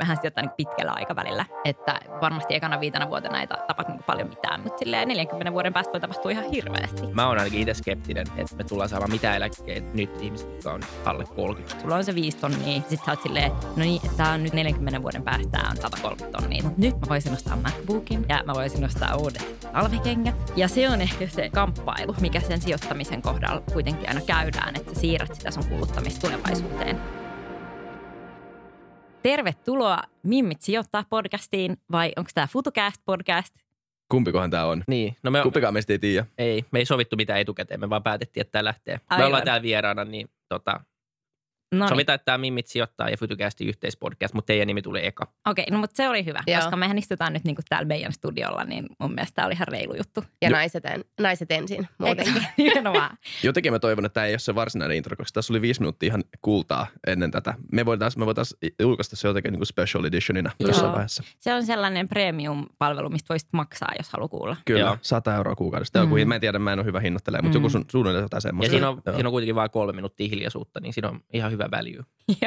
vähän sijoittaa niin pitkällä aikavälillä. Että varmasti ekana 5 vuotena ei tapahdu niin paljon mitään, mutta silleen 40 vuoden päästä voi tapahtua ihan hirveästi. Mä oon ainakin itse skeptinen, että me tullaan saamaan mitään eläkkeitä nyt ihmiset, jotka on alle 30. Sulla on se 5 tonnia, sit sä oot silleen, no niin, tää on nyt 40 vuoden päästä, tää on 130 tonnia. Mut nyt mä voisin nostaa MacBookin ja mä voisin nostaa uudet talvikengät. Ja se on ehkä se kamppailu, mikä sen sijoittamisen kohdalla kuitenkin aina käydään, että sä siirrät sitä sun kuluttamista tulevaisuuteen. Tervetuloa Mimmit sijoittaa podcastiin, vai onko tämä FutuCast podcast? Kumpikohan tämä on? Niin. No kumpikaan meistä ei tiedä. Ei, me ei sovittu mitään etukäteen, me vaan päätettiin, että tämä lähtee. Aivan. Me ollaan täällä vieraana, niin sovitaan, että tämä Mimmit sijoittaa ja FutuCastin yhteispodcast, mutta teidän nimi tuli eka. Okei, no mutta se oli hyvä, Joo. koska mehän istutaan nyt niinku täällä meidän studiolla, niin mun mielestä tämä oli ihan reilu juttu. Ja naiset ensin muutenkin. Hienoa. Jotenkin mä toivon, että tämä ei ole se varsinainen intro, koska tässä oli 5 minuuttia ihan kultaa ennen tätä. Me voitaisiin julkaista se jotenkin niin kuin special editionina jossain vaiheessa. Se on sellainen premium-palvelu, mistä voisit maksaa, jos haluaa kuulla. Kyllä, Joo. 100 € kuukaudesta. Joku, mä en tiedä, mä en ole hyvä hinnoittelemaan, mutta joku suunnilleen jotain Ja semmoista. siinä on kuitenkin vain 3 minuuttia hiljaisuutta, niin siinä on ihan hyvä value.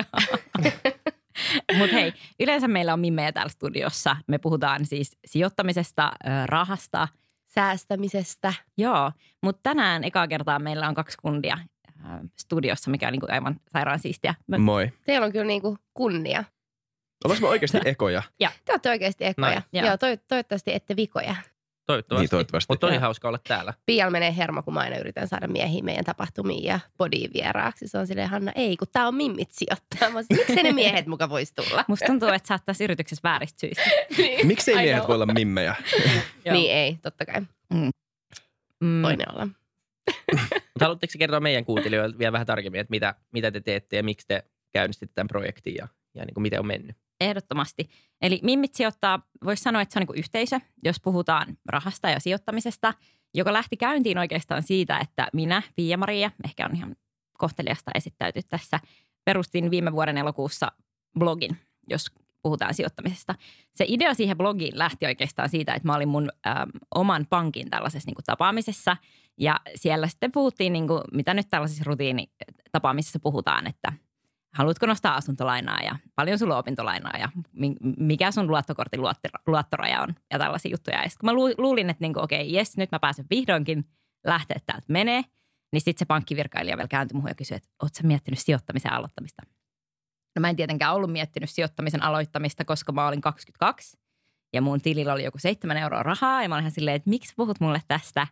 Mutta hei, yleensä meillä on mimmejä täällä studiossa. Me puhutaan siis sijoittamisesta, rahasta. Säästämisestä. Joo, mutta tänään ekaa kertaa meillä on 2 kundia studiossa, mikä on niinku aivan sairaan siistiä. Moi. Teillä on kyllä niinku kunnia. Ollaanko me oikeasti ekoja? Te olette oikeasti ekoja. Joo. Joo, toivottavasti ette vikoja. Toivottavasti. Niin, toivottavasti. Mutta oli hauska olla täällä. Pial menee hermo, kun mä aina yritän saada miehiä meidän tapahtumiin ja podiin vieraaksi. Se on silleen, Hanna, ei, kun tää on Mimmit sijoittaa. Miksei ne miehet muka vois tulla? Musta tuntuu, että sä oot tässä yrityksessä vääristä syistä. Miksei miehet voi olla mimmejä? Niin ei, totta kai. Voi ne olla. Mutta haluatteko kertoa meidän kuuntelijoille vielä vähän tarkemmin, että mitä te teette ja miksi te käynnistitte tämän projektin ja niin kuin miten on mennyt? Ehdottomasti. Eli Mimmit sijoittaa, voisi sanoa, että se on niin kuin yhteisö, jos puhutaan rahasta ja sijoittamisesta, joka lähti käyntiin oikeastaan siitä, että minä, Pia-Maria, ehkä on ihan kohteliasta esittäytyä tässä, perustin viime vuoden elokuussa blogin, jos puhutaan sijoittamisesta. Se idea siihen blogiin lähti oikeastaan siitä, että mä olin mun oman pankin tällaisessa niin kuin tapaamisessa ja siellä sitten puhuttiin, niin kuin, mitä nyt tällaisissa rutiinitapaamisissa puhutaan, että haluatko nostaa asuntolainaa ja paljon sulla on opintolainaa ja mikä sun luottokortin luottoraja on ja tällaisia juttuja. Ja sitten kun mä luulin, että niinku, okei, jes, nyt mä pääsen vihdoinkin lähteä täältä menee, niin sitten se pankkivirkailija vielä kääntyi muuhun ja kysyi, että ootko sä miettinyt sijoittamisen aloittamista? No mä en tietenkään ollut miettinyt sijoittamisen aloittamista, koska mä olin 22 ja mun tilillä oli joku 7 € rahaa ja mä olin ihan silleen, että miksi puhut mulle tästä?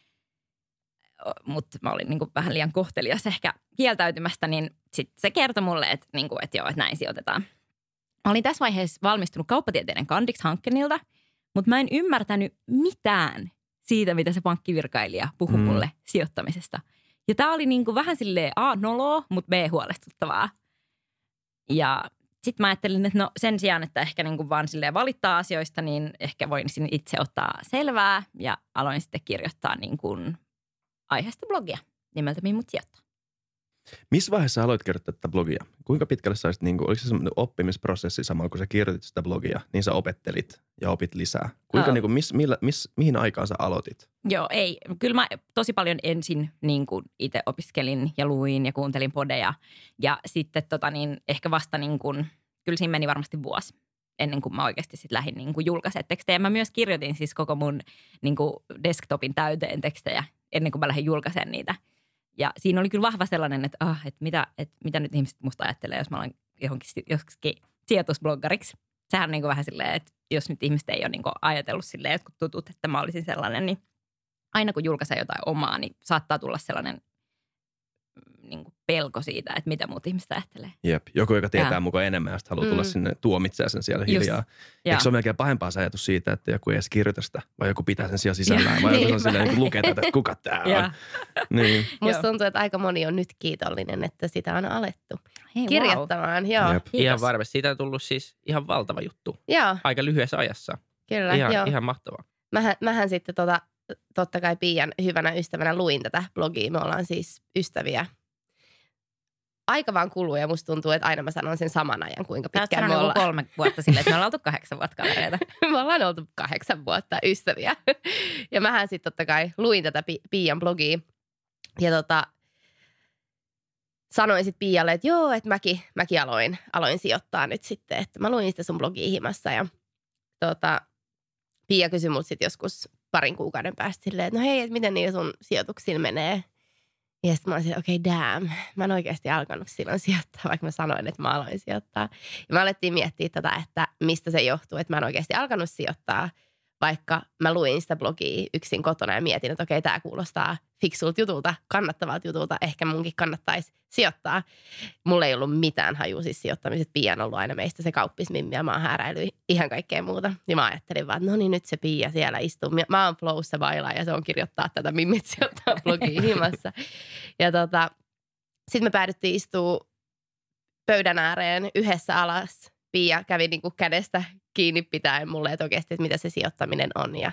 Mutta mä olin niinku vähän liian kohtelias ehkä kieltäytymästä, niin sitten se kertoi mulle, että, niinku, että joo, että näin sijoitetaan. Mä olin tässä vaiheessa valmistunut kauppatieteiden kandiksi Hankkenilta, mutta mä en ymmärtänyt mitään siitä, mitä se pankkivirkailija puhui mulle sijoittamisesta. Ja tää oli niinku vähän silleen A, noloa, mutta B, huolestuttavaa. Ja sitten mä ajattelin, että no sen sijaan, että ehkä niinku vaan silleen valittaa asioista, niin ehkä voin itse ottaa selvää ja aloin sitten kirjoittaa niin kuin aiheesta blogia nimeltä Mimmit sijoittaa. Missä vaiheessa aloit kirjoittaa tätä blogia? Kuinka pitkälle saisit, niin kuin, oliko se semmoinen oppimisprosessi samalla, kun sä kirjoitit sitä blogia, niin sä opettelit ja opit lisää? Kuinka, niin kuin, mihin aikaan sä aloitit? Joo, ei. Kyllä mä tosi paljon ensin niin kuin itse opiskelin ja luin ja kuuntelin podeja. Ja sitten ehkä vasta niin kuin, kyllä siinä meni varmasti vuosi ennen kuin mä oikeasti sitten lähdin niin kuin julkaisemaan tekstejä. Mä myös kirjoitin siis koko mun niin kuin desktopin täyteen tekstejä ennen kuin mä lähdin julkaisemaan niitä. Ja siinä oli kyllä vahva sellainen, että mitä nyt ihmiset musta ajattelee, jos mä olen joskin sijoitusbloggariksi. Sehän on niin kuin vähän silleen, että jos nyt ihmiset ei ole niin kuin ajatellut silleen, jotkut tutut, että mä olisin sellainen, niin aina kun julkaisee jotain omaa, niin saattaa tulla sellainen niin kuin pelko siitä, että mitä muut ihmiset ajattelee. Jep, joku, joka tietää mukaan enemmän ja sitten haluaa tulla sinne tuomitsemaan sen siellä hiljaa. Eikö se ole melkein pahempaa se ajatus siitä, että joku ei edes kirjoita sitä, vai joku pitää sen siellä sisällään, vai joku on silleen niin lukee tätä, että kuka tää on. Niin. Musta tuntuu, että aika moni on nyt kiitollinen, että sitä on alettu kirjoittamaan. Wow. Joo. Ihan varmasti. Siitä on tullut siis ihan valtava juttu. Joo. Aika lyhyessä ajassa. Kyllä, Ihan mahtavaa. Mähän sitten totta kai Pian hyvänä ystävänä luin tätä blogia. Me ollaan siis ystäviä. Aika vaan kuluu ja musta tuntuu, että aina mä sanon sen saman ajan, kuinka pitkään me ollaan. 3 vuotta silleen, että me ollaan oltu 8 vuotta kavereita. Me ollaan oltu 8 vuotta ystäviä. Ja mähän sitten totta kai luin tätä Pian blogia. Ja sanoin sitten Pialle, että joo, että mäkin aloin sijoittaa nyt sitten, että mä luin sitä sun blogia himassa ja Pia kysyi mut sitten joskus 2 kuukauden päästä silleen, että no hei, että miten niillä sun sijoituksilla menee. Ja sitten mä olin okei, damn, mä en oikeasti alkanut silloin sijoittaa, vaikka mä sanoin, että mä aloin sijoittaa. Ja me alettiin miettiä tätä, että mistä se johtuu, että mä en oikeasti alkanut sijoittaa, vaikka mä luin sitä blogia yksin kotona ja mietin, että okei, tää kuulostaa fiksulta jutulta, kannattavalta jutulta, ehkä munkin kannattaisi sijoittaa. Mulla ei ollut mitään hajua siis sijoittamisesta. Pia on ollut aina meistä se kauppismimmi ja mä oon hääräillyt ihan kaikkea muuta. Ja mä ajattelin vaan, että no niin, nyt se Pia siellä istuu. Mä oon flowssa bailaa ja se on kirjoittaa tätä mimmit sijoittaa blogia himassa. Ja sitten me päädyttiin istua pöydän ääreen yhdessä alas. Pia kävi niinku kädestä kiinni pitäen mulle, että oikeasti, että mitä se sijoittaminen on ja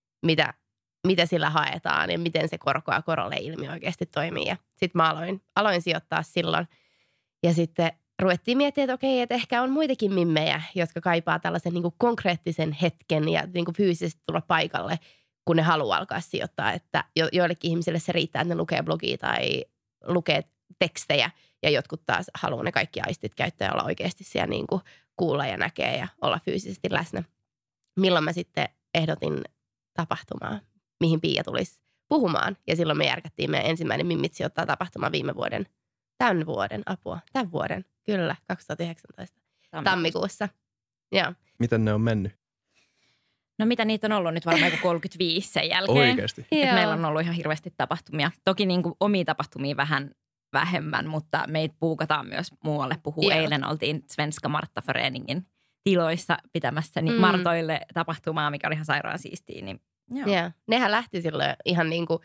mitä sillä haetaan ja miten se korkoa korolle ilmiö oikeasti toimii. Ja sitten mä aloin sijoittaa silloin. Ja sitten ruvettiin miettimään, että okei, että ehkä on muitakin mimmejä, jotka kaipaa tällaisen niin kuin konkreettisen hetken ja niin kuin fyysisesti tulla paikalle, kun ne haluaa alkaa sijoittaa. Että joillekin ihmisille se riittää, että ne lukee blogia tai lukee tekstejä ja jotkut taas haluaa ne kaikki aistit käyttää ja olla oikeasti siellä niin kuin kuulla ja näkee ja olla fyysisesti läsnä. Milloin mä sitten ehdotin tapahtumaa, mihin Pia tulisi puhumaan. Ja silloin me järkättiin meidän ensimmäinen Mimmit sijoittaa tapahtuma tämän vuoden, kyllä, 2019, tammikuussa. Ja. Miten ne on mennyt? No mitä niitä on ollut nyt varmaan joku 35 sen jälkeen. Oikeasti? Meillä on ollut ihan hirveästi tapahtumia. Toki niin kuin omia tapahtumia vähän vähemmän, mutta meitä puukataan myös muualle puhuu. Eilen oltiin Svenska Marttaföreningin tiloissa pitämässä Martoille tapahtumaa, mikä oli ihan sairaan siistiä. Niin, joo. Nehän lähti silloin ihan niin kuin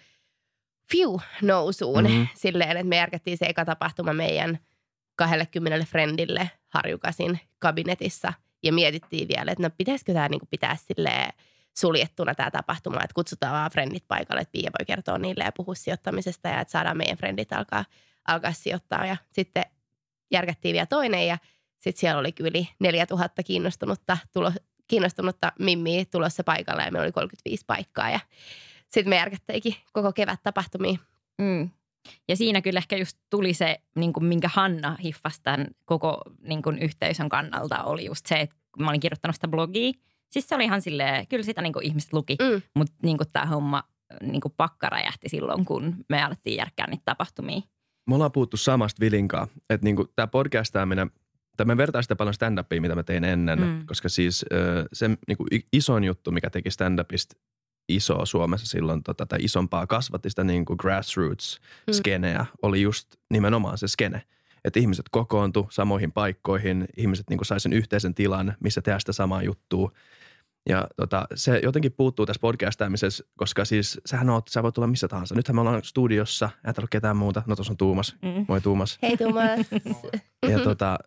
nousuun silleen, että me järkättiin se eka tapahtuma meidän 20 friendille Harjukasin kabinetissa ja mietittiin vielä, että no pitäisikö tämä niin kuin pitää silleen suljettuna tämä tapahtuma, että kutsutaan vaan friendit paikalle, että Pia voi kertoa niille ja puhua sijoittamisesta ja että saadaan meidän friendit alkaa sijoittaa. Ja sitten järkättiin vielä toinen ja sitten siellä oli yli 4000 kiinnostunutta mimmiä tulossa paikalla ja meillä oli 35 paikkaa ja sitten me järkätteikin koko kevät tapahtumia. Ja siinä kyllä ehkä just tuli se, niin kuin minkä Hanna hiffasi tämän koko niin kuin yhteisön kannalta, oli just se, että kun mä olin kirjoittanut sitä blogia, siis se oli ihan silleen, kyllä sitä niin kuin ihmiset luki, mutta niin kuin tämä homma niin kuin pakka räjähti silloin, kun me alettiin järkkää niitä tapahtumia. Me ollaan puhuttu samasta Vilinkaa, että niin kuin tämä podcastaaminen, me vertaan sitä paljon stand-upia, mitä mä tein ennen, koska siis se niin kuin isoin juttu, mikä teki stand-upista isoa Suomessa silloin, tai isompaa kasvatti sitä niin kuin grassroots-skeneä, oli just nimenomaan se skene. Että ihmiset kokoontu samoihin paikkoihin, ihmiset niin kuin sai sen yhteisen tilan, missä tehdään sitä samaa juttua. Ja se jotenkin puuttuu tässä podcastaamisessa, koska siis sä voit tulla missä tahansa. Nythän me ollaan studiossa, ei tarvitse ketään muuta. No tuossa on Tuumas. Moi Tuumas. Hei Tuumas. Ja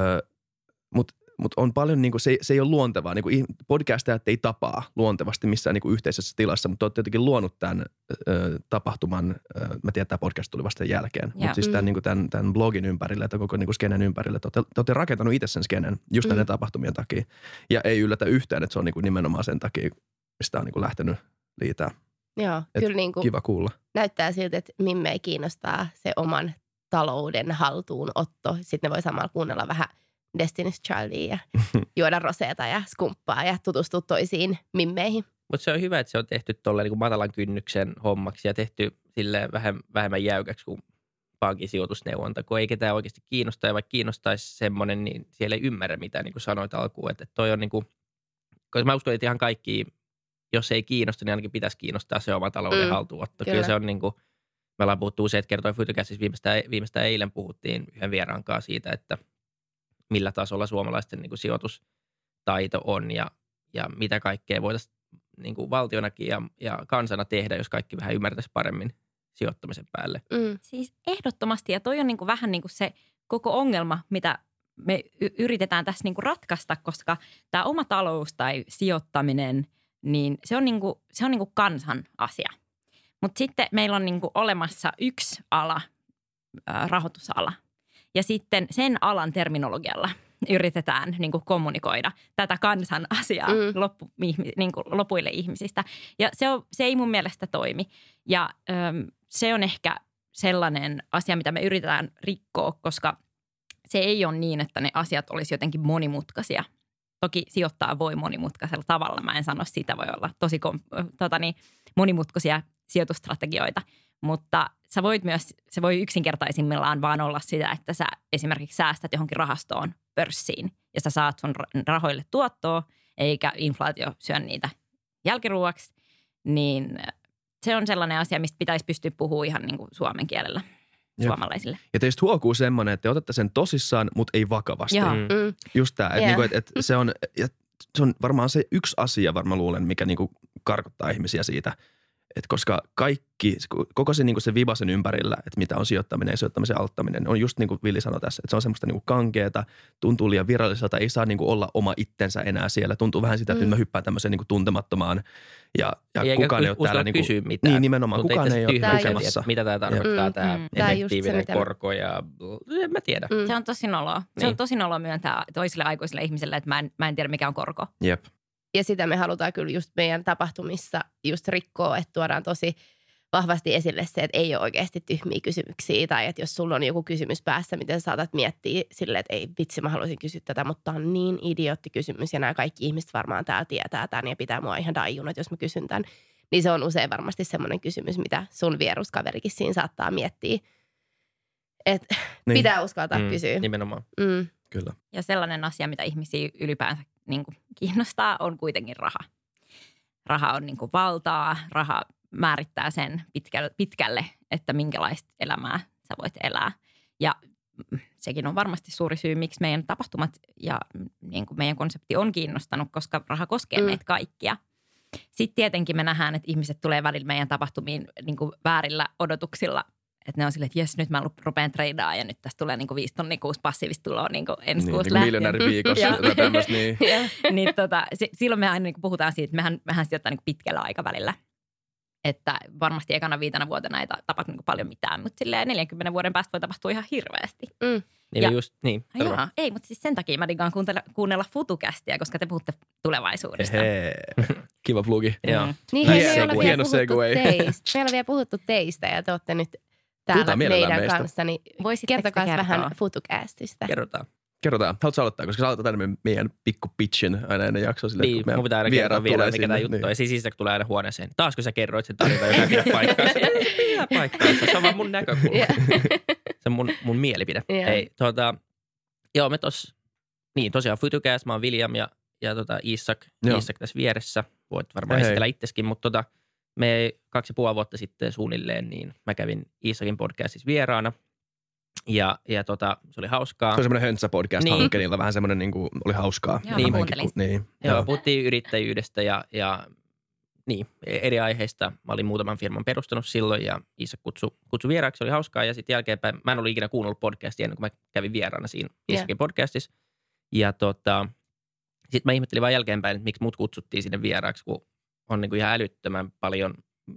mutta on paljon, niin kuin, se ei ole luontevaa. Niin kuin podcastajat ei tapaa luontevasti missään niin kuin yhteisessä tilassa, mutta olette jotenkin luonut tämän tapahtuman. Mä tiedän, että tämä podcast tuli vasta jälkeen. Mutta siis tämän blogin ympärille, että koko niin kuin skenen ympärille. Te olette rakentanut itse sen skenen just näiden tapahtumien takia. Ja ei yllätä yhtään, että se on niin kuin nimenomaan sen takia, mistä on niin kuin lähtenyt liitää. Joo, kyllä niin kuin kiva kuulla. Näyttää siltä, että mimme ei kiinnostaa se oman talouden haltuunotto. Sitten ne voi samalla kuunnella vähän Destiny's Childia ja juoda roseeta ja skumppaa ja tutustua toisiin mimmeihin. Mutta se on hyvä, että se on tehty tolleen niin kuin matalan kynnyksen hommaksi ja tehty silleen vähemmän jäykäksi kuin pankin sijoitusneuvonta, kun ei ketään oikeasti kiinnostaa ja vaikka kiinnostaisi semmoinen, niin siellä ei ymmärrä mitä niin kuin sanoit alkuun. Että toi on niin kuin, koska mä uskon, että ihan kaikki, jos ei kiinnosta, niin ainakin pitäisi kiinnostaa se oma talouden haltuunotto. Kyllä se on niin kuin, me ollaan puhuttu useat kertoja Fytykäsissä, viimeistään eilen puhuttiin yhden vieraankaan siitä, että millä tasolla suomalaisten niin kuin sijoitustaito on ja mitä kaikkea voitaisiin niin kuin valtionakin ja kansana tehdä, jos kaikki vähän ymmärtäisi paremmin sijoittamisen päälle. Siis ehdottomasti, ja toi on niin kuin vähän niin kuin se koko ongelma, mitä me yritetään tässä niin kuin ratkaista, koska tämä oma talous tai sijoittaminen, niin se on niin kuin kansan asia. Mutta sitten meillä on niin kuin olemassa yksi ala, rahoitusala. Ja sitten sen alan terminologialla yritetään niin kuin kommunikoida tätä kansan asiaa niin kuin lopuille ihmisistä. Ja se ei mun mielestä toimi. Ja se on ehkä sellainen asia, mitä me yritetään rikkoa, koska se ei ole niin, että ne asiat olisi jotenkin monimutkaisia. Toki sijoittaa voi monimutkaisella tavalla. Mä en sano, sitä voi olla tosi monimutkaisia sijoitusstrategioita, mutta se voi yksinkertaisimmillaan vaan olla sitä, että sä esimerkiksi säästät johonkin rahastoon pörssiin ja sä saat sun rahoille tuottoa, eikä inflaatio syö niitä jälkiruuaksi, niin se on sellainen asia, mistä pitäisi pystyä puhumaan ihan niin kuin suomen kielellä suomalaisille. Ja teistä huokuu semmoinen, että te otatte sen tosissaan, mutta ei vakavasti. Just tämä, että se on varmaan se yksi asia, varmaan luulen, mikä niinku karkottaa ihmisiä siitä. Et koska koko se, niinku se vivasen ympärillä, että mitä on sijoittaminen ja sijoittamisen alttaminen, on just niin kuin Villi sanoi tässä, että se on semmoista niinku kankeeta, tuntuu liian viralliselta, ei saa niinku olla oma itsensä enää siellä. Tuntuu vähän sitä, että mä hyppään tämmöiseen niinku tuntemattomaan ja kukaan ei ole täällä niinku kysyä mitään. Niin nimenomaan, kukaan ei ole tukemassa. Mitä tämä tarkoittaa, tämä efektiivinen korko ja en mä tiedä. Se on tosi noloa. Se on tosi noloa myöntää toisille aikuisille ihmisille, että mä en tiedä mikä on korko. Jep. Ja sitä me halutaan kyllä just meidän tapahtumissa just rikkoa, että tuodaan tosi vahvasti esille se, että ei ole oikeasti tyhmiä kysymyksiä. Tai että jos sulla on joku kysymys päässä, miten saatat miettiä silleen, että ei vitsi, mä haluaisin kysyä tätä, mutta tämä on niin idiootti kysymys. Ja nämä kaikki ihmiset varmaan täällä tietää tämän ja pitää mua ihan daijunut, jos mä kysyn tämän. Niin se on usein varmasti semmoinen kysymys, mitä sun vieruskaverikin siinä saattaa miettiä. Että pitää uskaltaa kysyä. Nimenomaan. Kyllä. Ja sellainen asia, mitä ihmisiä ylipäänsä niin kuin kiinnostaa, on kuitenkin raha. Raha on niin kuin valtaa, raha määrittää sen pitkälle, että minkälaista elämää sä voit elää. Ja sekin on varmasti suuri syy, miksi meidän tapahtumat ja niin kuin meidän konsepti on kiinnostanut, koska raha koskee meitä kaikkia. Sitten tietenkin me nähdään, että ihmiset tulee välillä meidän tapahtumiin niin kuin väärillä odotuksilla. Että ne on silleen, että jes, nyt mä rupean treidaamaan ja nyt tästä tulee niin kuin 5 tonnia kuusi passiivista tuloa niin ensi kuussa lähtien. Miljonääriviikossa ja tämmöistä. Niin. Silloin me aina niin kuin puhutaan siitä, että mehän sijoittaa niin pitkällä aikavälillä. Että varmasti ekana 5 vuotena ei tapahtu niin paljon mitään, mutta silleen 40 vuoden päästä voi tapahtua ihan hirveästi. Niin just niin. Ei, mutta siis sen takia mä digaan kuunnella FutuCastia, koska te puhutte tulevaisuudesta. Kiva plugi. Niin, hieno segue. Meillä on vielä puhuttu teistä ja te olette nyt täällä meidän kanssa, niin kertokaa vähän FutuCastista. Kerrotaan. Haluatko aloittaa, koska sä aloitat aina meidän pikku pitchin aina ennen jaksoa. Niin, mun pitää aina kertoa vielä, mikä tämä juttu on. Ja siis kun tulee aina huoneeseen. Taas kun sä kerroit sen tarinan, joka ei pidä paikkaansa. Pidä paikkaansa. Se on vaan mun näkökulma. Se on mun mielipide. Ei, joo, me tosiaan FutuCast, mä oon William ja Isak tässä vieressä. Voit varmaan esitellä itseskin, mutta me 2,5 vuotta sitten suunnilleen, niin mä kävin Isakin podcastissa vieraana. Ja se oli hauskaa. Se on semmoinen höntsäpodcast-hanke, niillä vähän semmoinen niin kuin oli hauskaa. Joo, mä kuuntelin. Joo, puhuttiin yrittäjyydestä ja eri aiheista. Mä olin muutaman firman perustanut silloin ja Isak kutsui vieraaksi, se oli hauskaa. Ja sitten jälkeenpäin, mä en ollut ikinä kuunnellut podcastia ennen kuin mä kävin vieraana siinä Isakin podcastissa. Ja sitten mä ihmettelin vaan jälkeenpäin, että miksi mut kutsuttiin sinne vieraaksi, kun on niin kuin ihan älyttömän paljon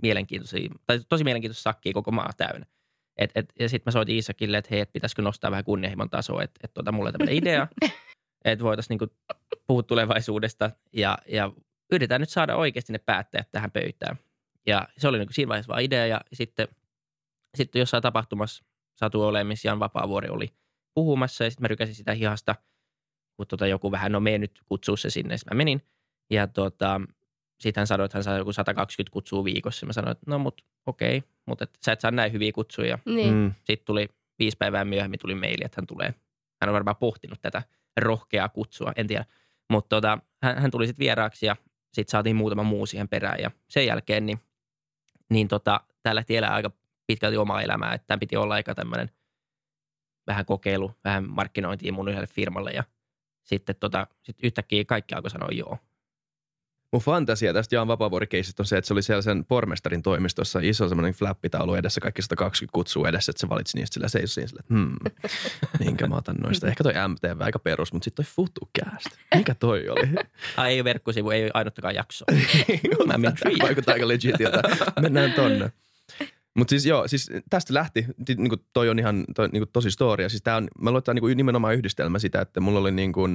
tosi mielenkiintoisia sakkia koko maa täynnä. Ja sitten mä soitin Isakille, että hei, et pitäisikö nostaa vähän kunnianhimon tasoa, että mulla on tämmöinen idea, että voitaisiin niinku puhua tulevaisuudesta ja yritetään nyt saada oikeasti ne päättäjät tähän pöytään. Ja se oli niinku siinä vaiheessa vaan idea ja sitten jossain tapahtumassa satui olemaan, missä Jan Vapaavuori oli puhumassa ja sitten mä rykäsin sitä hihasta, kun joku vähän, no mene nyt kutsua se sinne, sitten mä menin ja sitten hän sanoi, että hän saa joku 120 kutsua viikossa. Mä sanoin, että no okei, mutta sä et saa näin hyviä kutsuja. Niin. Sitten tuli 5 päivää myöhemmin tuli maili, että hän tulee. Hän on varmaan pohtinut tätä rohkeaa kutsua, en tiedä. Mutta hän tuli sitten vieraaksi ja sitten saatiin muutama muu siihen perään. Ja sen jälkeen niin tää lähti elää aika pitkälti omaa elämää. Että tämän piti olla aika tämmöinen vähän kokeilu, vähän markkinointia mun yhdelle firmalle. Ja sitten sit yhtäkkiä kaikki alkoi sanoa joo. Mun fantasia tästä Jaan Vapaavuori-keisistä on se, että se oli siellä sen pormestarin toimistossa iso semmoinen flappitaulu edessä, kaikki 120 kutsua edessä, että se valitsi niistä sillä seisoi sillä, että minkä mä otan noista. Ehkä toi MTV aika perus, mutta sitten toi FutuCast. Mikä toi oli? Ei verkkosivu, ei ainuttakaan jaksoa. Vaikuttaa aika legitiltä. Mennään tonne. Mutta siis tästä lähti, niinku toi on ihan niinku tosi storia. Siis tää on, mä luulen, että tää on niinku nimenomaan yhdistelmä sitä, että mulla oli niinku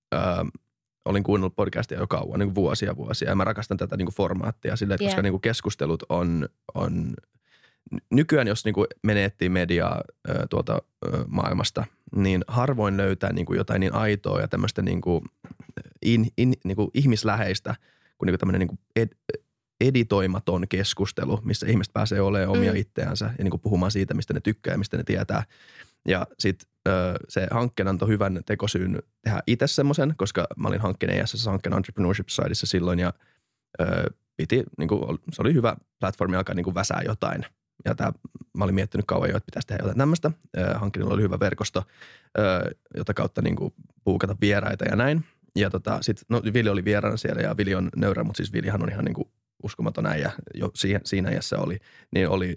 olin kuunnellut podcastia jo kauan, niin kuin vuosia. Ja mä rakastan tätä niin kuin formaattia sille, että koska niin kuin keskustelut on nykyään jos niin kuin menee etsiä mediaa tuolta maailmasta, niin harvoin löytää niin kuin jotain niin aitoa ja tämmöistä niin kuin niin kuin ihmisläheistä kuin niinku tämmöinen niinku editoimaton keskustelu, missä ihmiset pääsee olemaan omia itseänsä ja niinku puhumaan siitä, mistä ne tykkää ja mistä ne tietää. Ja sitten se hankkeen antoi hyvän tekosyyn tehdä itse semmoisen, koska mä olin hankkeen ESS, hankkeen Entrepreneurship Sideissa silloin ja piti, niinku, se oli hyvä platformi alkaa niinku väsää jotain. Ja mä olin miettinyt kauan jo, että pitäisi tehdä jotain tämmöistä. Hankkeenilla oli hyvä verkosto, jota kautta niinku puukata vieraita ja näin. Ja Vili oli vieraana siellä ja Vili on nöyrä, mutta siis Vilihan on ihan niinku uskomaton äijä jo siinä iässä oli. Niin oli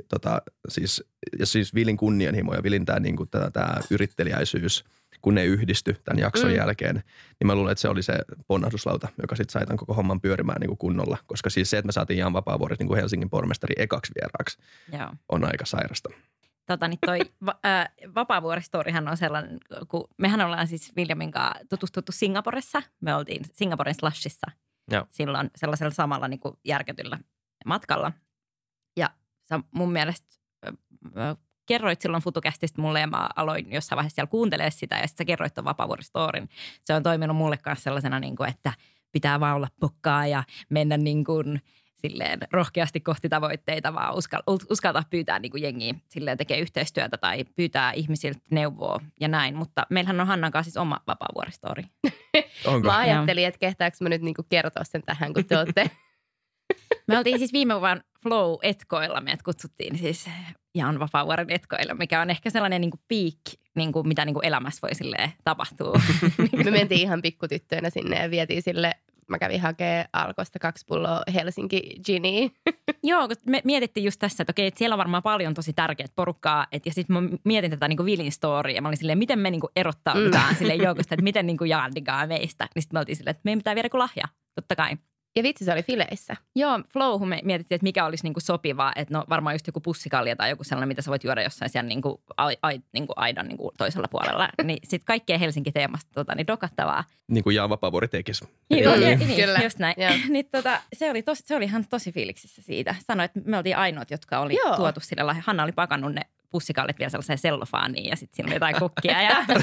siis Vilin kunnianhimo ja Vilin tää niinku tää yritteliäisyys, kun ne yhdistyi tämän jakson jälkeen, niin mä luulen, että se oli se ponnahduslauta, joka sitten sai tämän koko homman pyörimään niinku kunnolla. Koska siis se, että me saatiin Jan Vapaavuori niinku Helsingin pormestari ekaksi vieraaksi, on aika sairasta. Toi Vapaavuori-storihan on sellainen, kun mehän ollaan siis Williamin kanssa tutustuttu Singaporessa. Me oltiin Singaporen Slushissa silloin sellaisella samalla niin kuin järkätyllä matkalla. Ja sä mun mielestä kerroit silloin FutuCastista mulle ja mä aloin jossain vaiheessa siellä kuuntelemaan sitä ja sitten sä kerroit ton Vapaavuori-storin. Se on toiminut mulle kanssa sellaisena, niin kuin, että pitää vaan olla pokkaa ja mennä niin kuin silleen rohkeasti kohti tavoitteita, vaan uskaltaa pyytää niin kuin jengiä silleen tekee yhteistyötä tai pyytää ihmisiltä neuvoa ja näin. Mutta meillähän on Hannan kanssa siis oma Vapaavuori-story. Onko? Mä ajattelin, että kehtaanko mä nyt niin kuin kertoa sen tähän, kun te olette. Me oltiin siis viime vuonna Flow-etkoilla. Meidät kutsuttiin siis Jan Vapaavuoren etkoilla, mikä on ehkä sellainen niin kuin peak, niin kuin, mitä niin kuin elämässä voi silleen tapahtua. Me mentiin ihan pikkutyttöönä sinne ja vietiin sille. Mä kävin hakemaan Alkosta 2 pulloa Helsinki Giniä. Joo, kun me mietittiin just tässä, että okei, että siellä on varmaan paljon tosi tärkeät porukkaa. Ja sitten mä mietin tätä niin kuin Vilin storya ja mä olin silleen, miten me niin kuin erottaudutaan silleen joukosta, että miten niin kuin Jan digaa meistä. Niin sitten me oltiin silleen, että meidän pitää viedä kuin lahja, totta kai. Ja vitsi, se oli fileissä. Joo, Flowhun me mietittiin, että mikä olisi niinku sopivaa, että no varmaan just joku pussikalja tai joku sellainen, mitä sä voit juoda jossain siellä niinku aidan niinku toisella puolella. Niin sitten kaikkea Helsinki-teemasta niin dokattavaa. Niin kuin Jan Vapaavuori tekisi. Niin, kyllä. Just näin. Niin se oli ihan tosi fiiliksissä siitä. Sanoi, että me oltiin ainoat, jotka oli tuotu sille lahja. Hanna oli pakannut ne pussikallit vielä sellaiseen sellofaaniin ja sitten siinä oli jotain kukkia.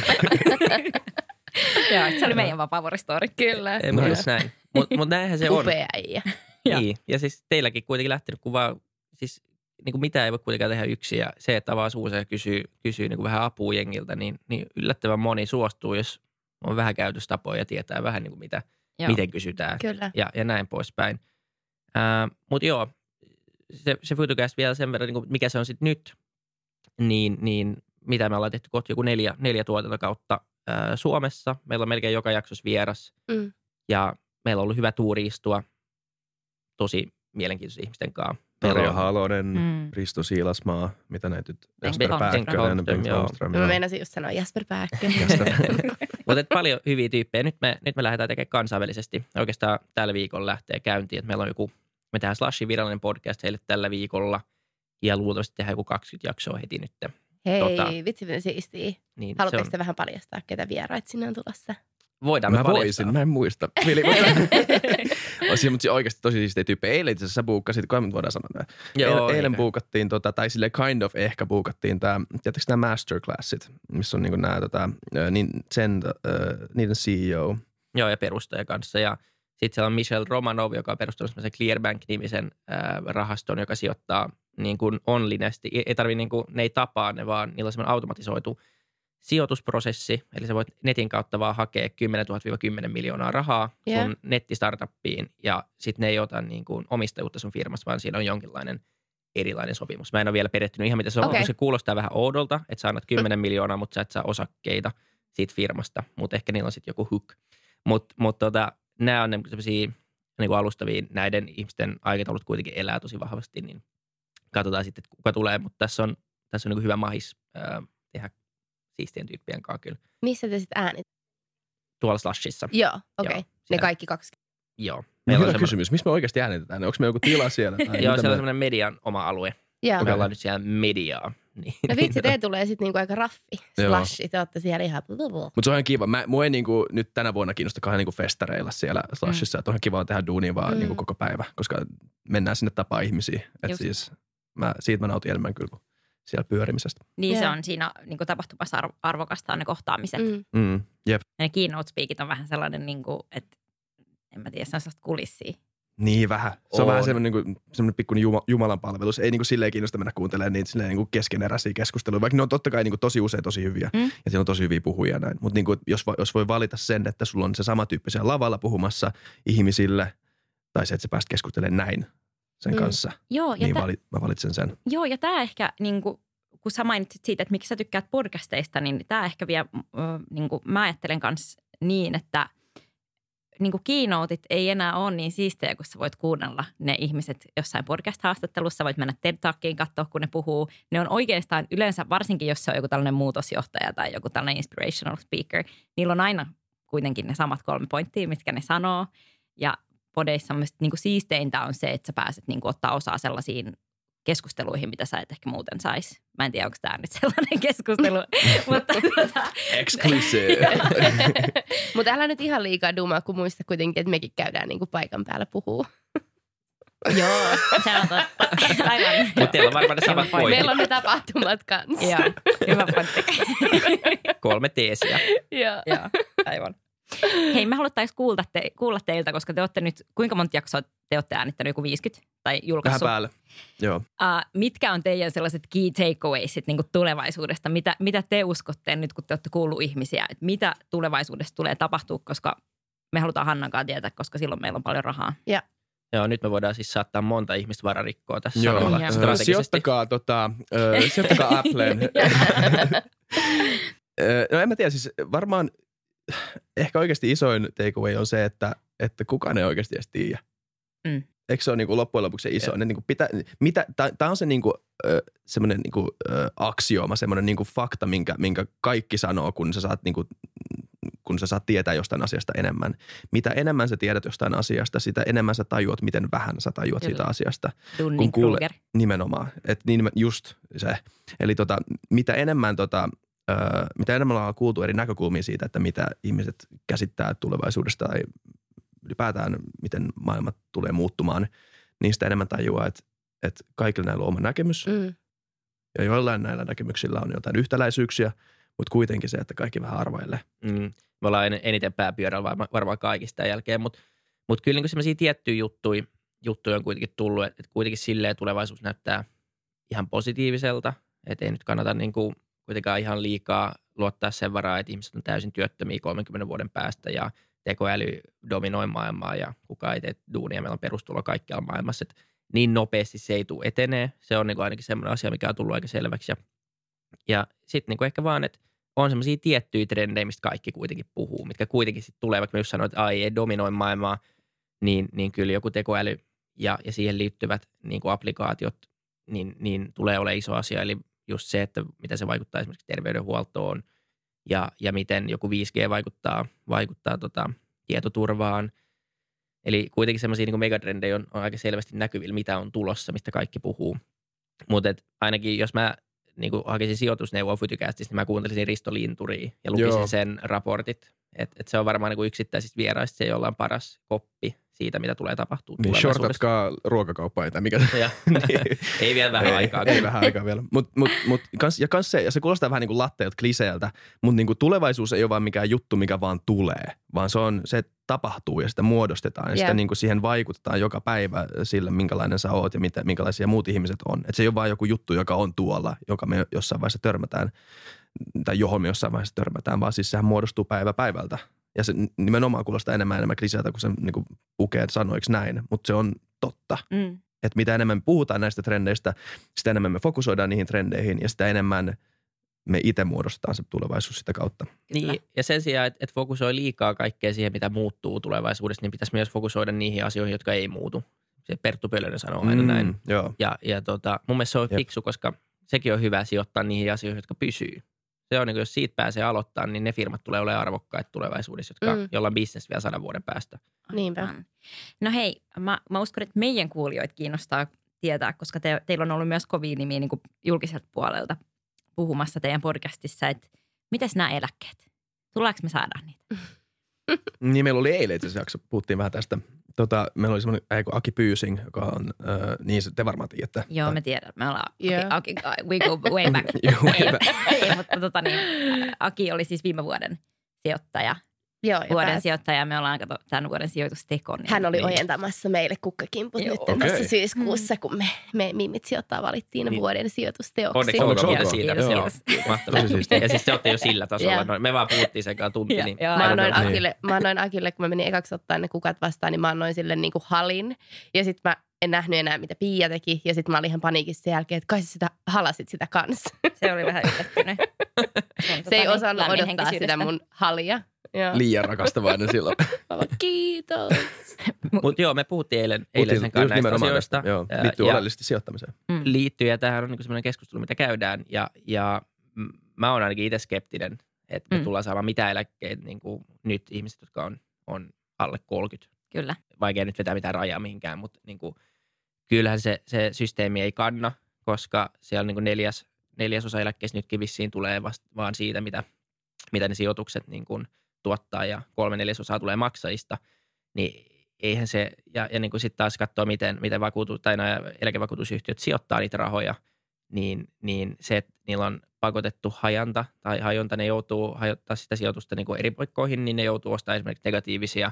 Joo, se oli meidän Vapaavuori-story. Kyllä. Ei mä just näin. Mutta näinhän se on. Upea äijä. Niin. Ja siis teilläkin kuitenkin lähtenyt, kun vaan, siis niin kuin mitä ei voi kuitenkaan tehdä yksin. Ja se, että avaa suunsa ja kysyy niin kuin vähän apua jengiltä, niin yllättävän moni suostuu, jos on vähän käytöstapoja ja tietää vähän niin kuin miten kysytään. Kyllä. Ja näin poispäin. Mutta joo, se FutuCast vielä sen verran, niin kuin mikä se on sitten nyt, niin mitä me ollaan tehty kohta joku 4 tuotantokautta Suomessa. Meillä on melkein joka jaksossa vieras. Ja meillä on ollut hyvä tuuri istua tosi mielenkiintoisia ihmisten kanssa. Tarja Halonen, Risto Siilasmaa, mitä näitä nyt? Jasper Pääkkönen, Bengt Holmström. Mä meinasin just sanoa Jasper Pääkkönen. Mutta paljon hyviä tyyppejä. Nyt me lähdetään tekemään kansainvälisesti. Oikeastaan tällä viikolla lähtee käyntiin. Että meillä on me tehdään Slushin virallinen podcast heille tällä viikolla. Ja luultavasti tehdään joku 20 jaksoa heti nyt. Hei, vitsi miten siistiä. Niin, haluatteko te vähän paljastaa, ketä vieraita sinne on tulossa? Voidaan me paljastaa. Mä en muista. Mutta oikeasti tosi siistiä tyyppejä. Eilen itse asiassa sä buukkasit, kun me voidaan sanoa näin. Joo, eilen buukattiin, tai silleen kind of ehkä buukattiin tiedättekö nämä masterclassit, missä on niinku nämä niiden CEO. Joo, ja perustaja kanssa. Ja sitten siellä on Michelle Romanov, joka on perustanut semmoisen Clearbank-nimisen rahaston, joka sijoittaa niin kuin onlinesti. Ei tarvitse, niin kuin, ne ei tapaa ne, vaan niillä on semmoinen automatisoitu sijoitusprosessi. Eli sä voit netin kautta vaan hakea 10 000-10 miljoonaa rahaa sun nettistartuppiin. Ja sitten ne ei ota niin kuin omistajuutta sun firmasta, vaan siinä on jonkinlainen erilainen sopimus. Mä en ole vielä perehtynyt ihan, mitä se on. Okay. Se kuulostaa vähän oudolta, että sä annat 10 miljoonaa, mutta sä et saa osakkeita siitä firmasta. Mutta ehkä niillä on sitten joku hook. Mutta nämä on sellaisia niin kuin alustavia, näiden ihmisten aikataulut kuitenkin elää tosi vahvasti, niin katsotaan sitten, kuka tulee. Mutta tässä on niin kuin hyvä mahis tehdä siistien tyyppien kanssa kyllä. Missä te sitten äänit? Tuolla Slushissa. Joo, okei. Ne kaikki 20. Joo. Hyvä kysymys. Missä me oikeasti äänitetään? Onko me joku tila siellä? Joo, siellä on semmoinen median oma alue. Joo. Me ollaan nyt siellä mediaa. Niin. No vitsi, te tulee sitten niinku aika raffi. Slushi, te olette siellä ihan... Mutta se on ihan kiva. Mua ei niinku, nyt tänä vuonna kiinnosta kahden niinku festareilla siellä Slushissa. Että on ihan kiva tehdä duunia vaan niinku koko päivä, koska mennään sinne tapaa ihmisiä. Että siis Siitä mä nautin enemmän kyllä kuin siellä pyörimisestä. Niin se on siinä niin kuin tapahtumassa arvokasta ne kohtaamiset. Jep. Ja ne keynote speakit on vähän sellainen, niin kuin, että en mä tiedä, se on sellaista kulissia. Niin vähän. Se on vähän semmoinen pikkuinen Jumalan palvelus. Ei niin kuin silleen kiinnosta mennä kuuntelemaan niitä silleen niin kuin keskeneräisiä keskusteluja, vaikka ne on totta kai niin kuin tosi usein tosi hyviä. Ja siellä on tosi hyviä puhujia näin. Mutta niin kuin, jos voi valita sen, että sulla on se samantyyppisiä lavalla puhumassa ihmisille, tai se, että sä pääst keskustelemaan näin sen kanssa, Joo, niin mä valitsen sen. Joo, ja tämä ehkä, niin kuin, kun sä mainitsit siitä, että miksi sä tykkäät podcasteista, niin tämä ehkä vielä, niin kuin mä ajattelen kanssa niin, että niin kuin keynoteit ei enää ole niin siistejä, kun sä voit kuunnella ne ihmiset jossain podcast-haastattelussa. Voit mennä TED Talkiin katsoa, kun ne puhuu. Ne on oikeastaan yleensä, varsinkin jos se on joku tällainen muutosjohtaja tai joku tällainen inspirational speaker, niillä on aina kuitenkin ne samat 3 pointtia, mitkä ne sanoo. Ja podeissa on niin kuin siisteintä on se, että sä pääset niin kuin ottaa osaa sellaisiin keskusteluihin, mitä sä et ehkä muuten saisi. Mä en tiedä, onko tämä nyt sellainen keskustelu. mutta Exclusive. Mutta älä nyt ihan liikaa dumaa, kun muista kuitenkin, että mekin käydään niinku paikan päällä puhuu. Joo, se on totta. Aivan. Mutta teillä on varmaan ne samat pointit. Meillä on ne tapahtumat kanssa. Joo, hyvä pointti. 3 teesiä. Joo, aivan. Hei, me haluttaisiin kuulla teiltä, koska te olette nyt, kuinka monta jaksoa te olette äänittänyt, joku 50 tai julkaissut? Vähän päälle, joo. Mitkä on teidän sellaiset key takeawaysit niin kuin tulevaisuudesta? Mitä te uskotte nyt, kun te olette kuullut ihmisiä? Että mitä tulevaisuudessa tulee tapahtua, koska me halutaan Hannankaan tietää, koska silloin meillä on paljon rahaa. Joo, nyt me voidaan siis saattaa monta ihmistä vararikkoa tässä Joo. sanomalla strategisesti. Sijoittakaa Appleen. No en mä tiedä, siis varmaan ehkä oikeasti isoin takeaway on se, että kukaan ei oikeasti edes tiedä. Eikö se ole niinku loppujen lopuksi se iso? Niinku tämä on se niinku, semmoinen niinku, aksiooma, semmoinen niinku fakta, minkä kaikki sanoo, kun sä saat tietää jostain asiasta enemmän. Mitä enemmän sä tiedät jostain asiasta, sitä enemmän sä tajuat, miten vähän sä tajuat siitä asiasta. Dunning-Kruger. Nimenomaan. Just se. Eli mitä enemmän ollaan kuultu eri näkökulmia siitä, että mitä ihmiset käsittää tulevaisuudesta tai ylipäätään miten maailma tulee muuttumaan, niin sitä enemmän tajuaa, että kaikilla näillä on oma näkemys. Ja joillain näillä näkemyksillä on jotain yhtäläisyyksiä, mutta kuitenkin se, että kaikki vähän arvailee. Me ollaan eniten pääpyörällä varmaan kaikista tämän jälkeen, mutta kyllä niin sellaisia tiettyjä juttuja on kuitenkin tullut, että kuitenkin silleen tulevaisuus näyttää ihan positiiviselta, että ei nyt kannata niin kuin kuitenkaan ihan liikaa luottaa sen varaan, että ihmiset on täysin työttömiä 30 vuoden päästä ja tekoäly dominoi maailmaa ja kukaan ei tee duunia. Meillä on perustulo kaikkialla maailmassa, että niin nopeasti se ei tule etenee. Se on niin kuin ainakin semmoinen asia, mikä on tullut aika selväksi. Ja sitten niin ehkä vaan, että on semmoisia tiettyjä trendejä, mistä kaikki kuitenkin puhuu, mitkä kuitenkin sitten tulee, vaikka me just sanoin, että ei dominoi maailmaa, niin kyllä joku tekoäly ja siihen liittyvät niin kuin applikaatiot, niin tulee olemaan iso asia. Eli just se, että miten se vaikuttaa esimerkiksi terveydenhuoltoon ja miten joku 5G vaikuttaa tietoturvaan. Eli kuitenkin semmoisia niin megatrendejä on aika selvästi näkyvillä, mitä on tulossa, mistä kaikki puhuu. Mutta ainakin jos mä niin hakisin sijoitusneuvoa Fytycastista, niin mä kuuntelisin Risto Linturia ja lukisin sen raportit. Et se on varmaan niin yksittäisistä vieraista se, jolla on paras koppi siitä, mitä tulee tapahtuu niin tulevaisuudessa. Shortatkaa ruokakauppaa tai mikä se. Niin. Ei vielä vähän aikaa. Ei vähän aikaa vielä. Ja se kuulostaa vähän niin kuin latteelta, kliseeltä, mutta niin kuin tulevaisuus ei ole vaan mikään juttu, mikä vaan tulee, vaan se tapahtuu ja sitä muodostetaan ja sitä niin kuin siihen vaikutetaan joka päivä sillä, minkälainen sä oot ja minkälaisia muut ihmiset on. Et se ei ole vaan joku juttu, joka on tuolla, joka me jossain vaiheessa törmätään tai johon me jossain vaiheessa törmätään, vaan siis sehän muodostuu päivä päivältä. Ja se nimenomaan kuulostaa enemmän kliseeltä, kun se niin kuin pukee sanoiksi näin, mutta se on totta. Että mitä enemmän me puhutaan näistä trendeistä, sitä enemmän me fokusoidaan niihin trendeihin ja sitä enemmän me itse muodostetaan se tulevaisuus sitä kautta. Niin, ja sen sijaan, että fokusoi liikaa kaikkea siihen, mitä muuttuu tulevaisuudessa, niin pitäisi myös fokusoida niihin asioihin, jotka ei muutu. Se Perttu Pölönen sanoo aina näin. Joo. Ja mun mielestä se on fiksu, koska sekin on hyvä sijoittaa niihin asioihin, jotka pysyy. Se on, niin jos siitä pääsee aloittamaan, niin ne firmat tulee olemaan arvokkaita tulevaisuudessa, jolla on business vielä 100 vuoden päästä. Niinpä. No hei, mä uskon, että meidän kuulijoita kiinnostaa tietää, koska teillä on ollut myös kovia nimiä niin kuin julkiselta puolelta puhumassa teidän podcastissa, että mitäs nämä eläkkeet? Tullaanko me saada niitä? Niin meillä oli eilen itse asiassa, puhuttiin vähän tästä. Meillä oli semmoinen Aki Pyysing, joka on, niin te varmaan tiedätte. Joo, me tiedän. Me ollaan Aki, we go way back. Ei, mutta Aki oli siis viime vuoden sijoittaja. Joo, vuoden sijoittaja. Me ollaan tämän vuoden sijoitustekon. Hän oli ojentamassa meille kukkakimput nyt tässä syyskuussa, kun me Mimmit sijoittaa valittiin vuoden sijoitusteoksi. Onneksi olkoon siitä. Mahtavaa. Ja siis te olette jo sillä tasolla. Me vaan puhuttiin sekaan tunti. Niin mä annoin Akille, kun mä menin ekaksi ottaa ne kukat vastaan, niin mä annoin sille niin kuin halin. Ja sitten mä en nähnyt enää, mitä Pia teki. Ja sitten mä olin ihan paniikissa sen jälkeen, että kai sä sitä halasit sitä kanssa. Se oli vähän yllättynyt. Se ei osannut odottaa sitä mun halia. Liian rakastavainen silloin. Kiitos. Mutta joo, me puhuttiin eilen sen kanssa näistä asioista. Liittyy oleellisesti sijoittamiseen. Liittyy, ja tämähän on niinku semmoinen keskustelu, mitä käydään. Ja mä oon ainakin itse skeptinen, että me tullaan saamaan mitä eläkkeet niinku nyt ihmiset, jotka on alle 30. Kyllä. Vaikea nyt vetää mitään rajaa mihinkään, mutta niinku, kyllähän se systeemi ei kanna, koska siellä niinku neljäsosa eläkkeistä nytkin vissiin tulee vaan siitä, mitä ne sijoitukset niinku tuottaa, ja 3/4 tulee maksajista, niin eihän se, ja niin kuin sitten taas katsoo, miten nämä eläkevakuutusyhtiöt sijoittaa niitä rahoja, niin se, että niillä on pakotettu hajonta, ne joutuu hajottaa sitä sijoitusta niin kuin eri paikkoihin, niin ne joutuu ostamaan esimerkiksi negatiivisia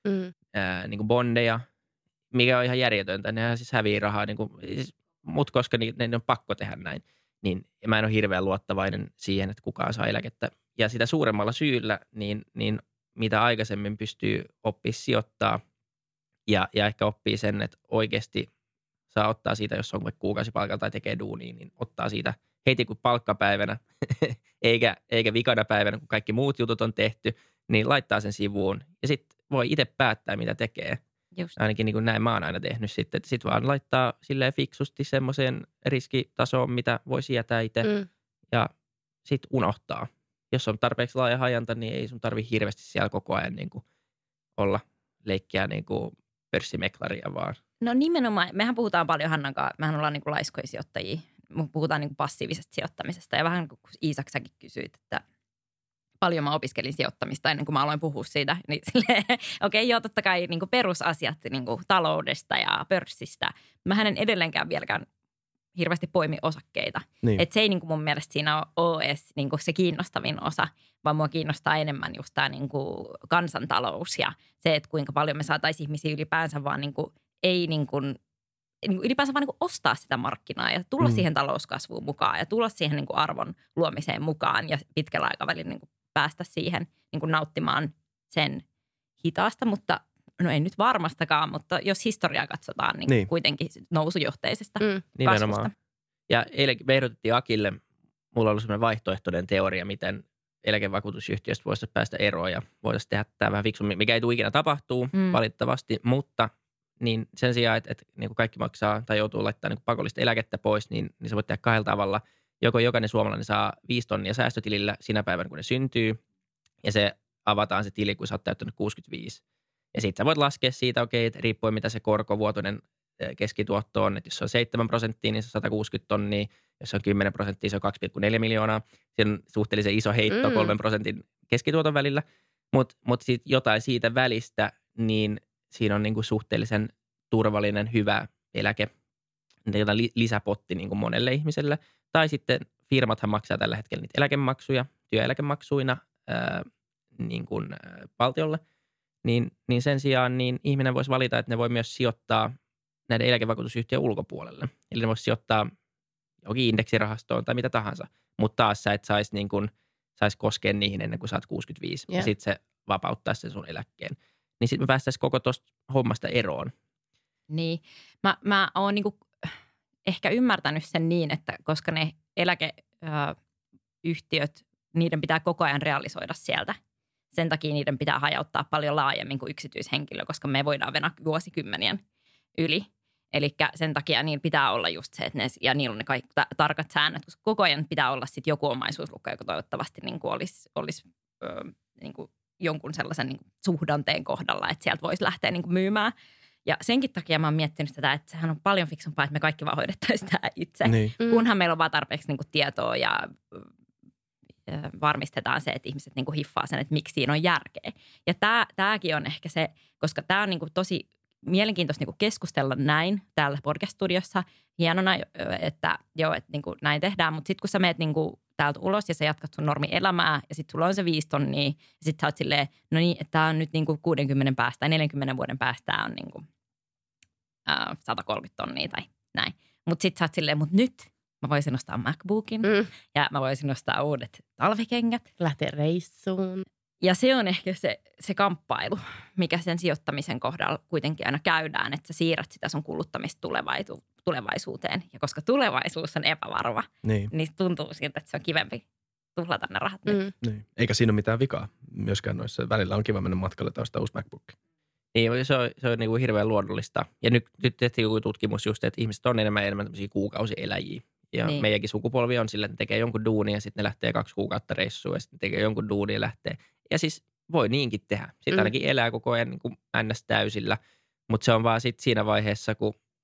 niin kuin bondeja, mikä on ihan järjetöntä. Nehän siis hävii rahaa, niin kuin, mutta koska ne on pakko tehdä näin, niin mä en ole hirveän luottavainen siihen, että kukaan saa eläkettä. Ja sitä suuremmalla syyllä, niin mitä aikaisemmin pystyy oppimaan sijoittaa ja ehkä oppii sen, että oikeasti saa ottaa siitä, jos on vaikka kuukausipalkalla tai tekee duunia, niin ottaa siitä heti kuin palkkapäivänä, eikä vikana päivänä, kun kaikki muut jutut on tehty, niin laittaa sen sivuun. Ja sitten voi itse päättää, mitä tekee. Just. Ainakin niin kuin näin mä oon aina tehnyt sitten, että sitten vaan laittaa silleen fiksusti semmoiseen riskitasoon, mitä voi sietää itse ja sitten unohtaa. Jos on tarpeeksi laaja hajanta, niin ei sun tarvitse hirveästi siellä koko ajan niin kuin olla leikkiä niin kuin pörssimeklaria vaan. No nimenomaan, mehän puhutaan paljon Hannan kanssa, mehän ollaan niin kuin laiskoja sijoittajia, puhutaan niin kuin passiivisesta sijoittamisesta ja vähän kun Iisak säkin kysyit, että paljon mä opiskelin sijoittamista ennen kuin mä aloin puhua siitä, niin silleen, joo, totta kai niin kuin perusasiat niin kuin taloudesta ja pörssistä. Mähän en edelleenkään vieläkään hirveästi poimi osakkeita. Niin. Että se ei niin kuin mun mielestä siinä ole edes niin kuin se kiinnostavin osa, vaan mua kiinnostaa enemmän just tämä niin kuin kansantalous ja se, että kuinka paljon me saataisiin ihmisiä ylipäänsä vaan niin kuin, ei niin kuin ylipäänsä vaan niin kuin ostaa sitä markkinaa ja tulla siihen talouskasvuun mukaan ja tulla siihen niin kuin arvon luomiseen mukaan ja pitkällä aikavälillä niin kuin päästä siihen niin kuin nauttimaan sen hitaasta, mutta no ei nyt varmastakaan, mutta jos historiaa katsotaan, niin kuitenkin nousujohteisesta kasvusta. Ja eilen me ehdotettiin Akille, mulla on ollut sellainen vaihtoehtoinen teoria, miten eläkevakuutusyhtiöstä voisi päästä eroon ja voitaisiin tehdä tämä vähän fiksummin, mikä ei tule ikinä tapahtuu valitettavasti, mutta niin sen sijaan, että niin kuin kaikki maksaa tai joutuu laittamaan niin kuin pakollista eläkettä pois, niin se voi tehdä kahdella tavalla. Joko jokainen suomalainen saa 5 tonnia säästötilillä sinä päivänä, kun ne syntyy, ja se avataan se tili, kun sä oot täyttänyt 65. Ja sitten sä voit laskea siitä, että riippuen mitä se korkovuotoinen keskituotto on, että jos se on 7%, niin se on 160 tonnia, jos se on 10%, se on 2,4 miljoonaa. Se on suhteellisen iso heitto 3% keskituoton välillä, mutta sitten jotain siitä välistä, niin siinä on niinku suhteellisen turvallinen, hyvä eläke, jotain lisäpotti niinku monelle ihmiselle. Tai sitten firmathan maksaa tällä hetkellä niitä eläkemaksuja, työeläkemaksuina niin kuin valtiolle. Niin sen sijaan niin ihminen voisi valita, että ne voi myös sijoittaa näiden eläkevakuutusyhtiön ulkopuolelle. Eli ne voisi sijoittaa jokin indeksirahastoon tai mitä tahansa. Mutta taas sä et saisi niin koskea niihin ennen kuin sä oot 65. Ja sitten se vapauttaa sen sun eläkkeen. Niin sitten me päästäisiin koko tuosta hommasta eroon. Niin. Mä oon niinku ehkä ymmärtänyt sen niin, että koska ne eläkeyhtiöt, niiden pitää koko ajan realisoida sieltä. Sen takia niiden pitää hajauttaa paljon laajemmin kuin yksityishenkilö, koska me voidaan venä vuosikymmenien yli. Eli sen takia niin pitää olla just se, että ja niillä on ne kaikki tarkat säännöt, koska koko ajan pitää olla sitten joku omaisuuslukko, joka toivottavasti niin kuin olisi niin kuin jonkun sellaisen niin kuin suhdanteen kohdalla, että sieltä voisi lähteä niin kuin myymään. Ja senkin takia mä oon miettinyt tätä, että sehän on paljon fiksumpaa, että me kaikki vaan hoidettaisiin tämä itse. Niin. Kunhan meillä on vaan tarpeeksi niin kuin tietoa varmistetaan se, että ihmiset niin kuin hiffaa sen, että miksi siinä on järkeä. Ja tämäkin on ehkä se, koska tämä on niin kuin tosi mielenkiintoista niin kuin keskustella näin täällä podcast-studiossa. Hienona, että joo, että niin kuin näin tehdään, mutta sitten kun sä meet niin kuin täältä ulos ja sä jatkat sun normielämää ja sitten sulla on se 5 tonnia ja sitten sä oot silleen, no niin, että tämä on nyt niin kuin 60 päästä tai 40 vuoden päästä on niin kuin 130 tonnia tai näin. Mutta sitten sä oot silleen, mutta nyt mä voisin ostaa MacBookin ja mä voisin ostaa uudet talvikengät. Lähteä reissuun. Ja se on ehkä se kamppailu, mikä sen sijoittamisen kohdalla kuitenkin aina käydään, että sä siirrät sitä sun kuluttamista tulevaisuuteen. Ja koska tulevaisuus on epävarma, niin tuntuu siltä, että se on kivempi tuhlata ne rahat nyt. Niin. Eikä siinä ole mitään vikaa myöskään noissa. Välillä on kiva mennä matkalle tai ostaa uusi MacBook. Niin, se on niin kuin hirveän luonnollista. Ja nyt tehtiin joku tutkimus just, että ihmiset on enemmän tämmöisiä kuukausieläjiä. Ja niin. Meidänkin sukupolvi on sillä, että ne tekee jonkun duunia ja sitten ne lähtee 2 kuukautta reissuun ja sitten tekee jonkun duunia ja lähtee. Ja siis voi niinkin tehdä. Sitten ainakin elää koko ajan niin kuin ns. Täysillä. Mutta se on vaan sitten siinä vaiheessa,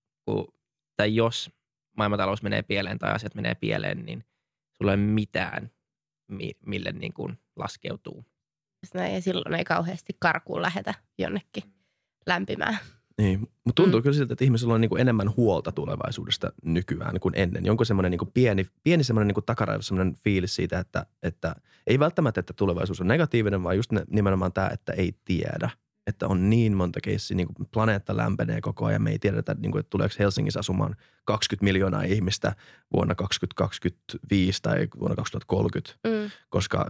tai jos maailmantalous menee pieleen tai asiat menee pieleen, niin sulla ei ole mitään, mille niin kuin laskeutuu. Ja silloin ei kauheasti karkuun lähetä jonnekin lämpimään. Niin, mutta tuntuu kyllä siltä, että ihmisillä on niin kuin enemmän huolta tulevaisuudesta nykyään kuin ennen. Jonkun semmoinen niin kuin pieni semmoinen niin kuin takaraivossa semmoinen fiilis siitä, että ei välttämättä, että tulevaisuus on negatiivinen, vaan just nimenomaan tämä, että ei tiedä. Että on niin monta keissiä, niin kuin planeetta lämpenee koko ajan. Me ei tiedetä, niin kuin, että tuleeko Helsingissä asumaan 20 miljoonaa ihmistä vuonna 2025 tai vuonna 2030, koska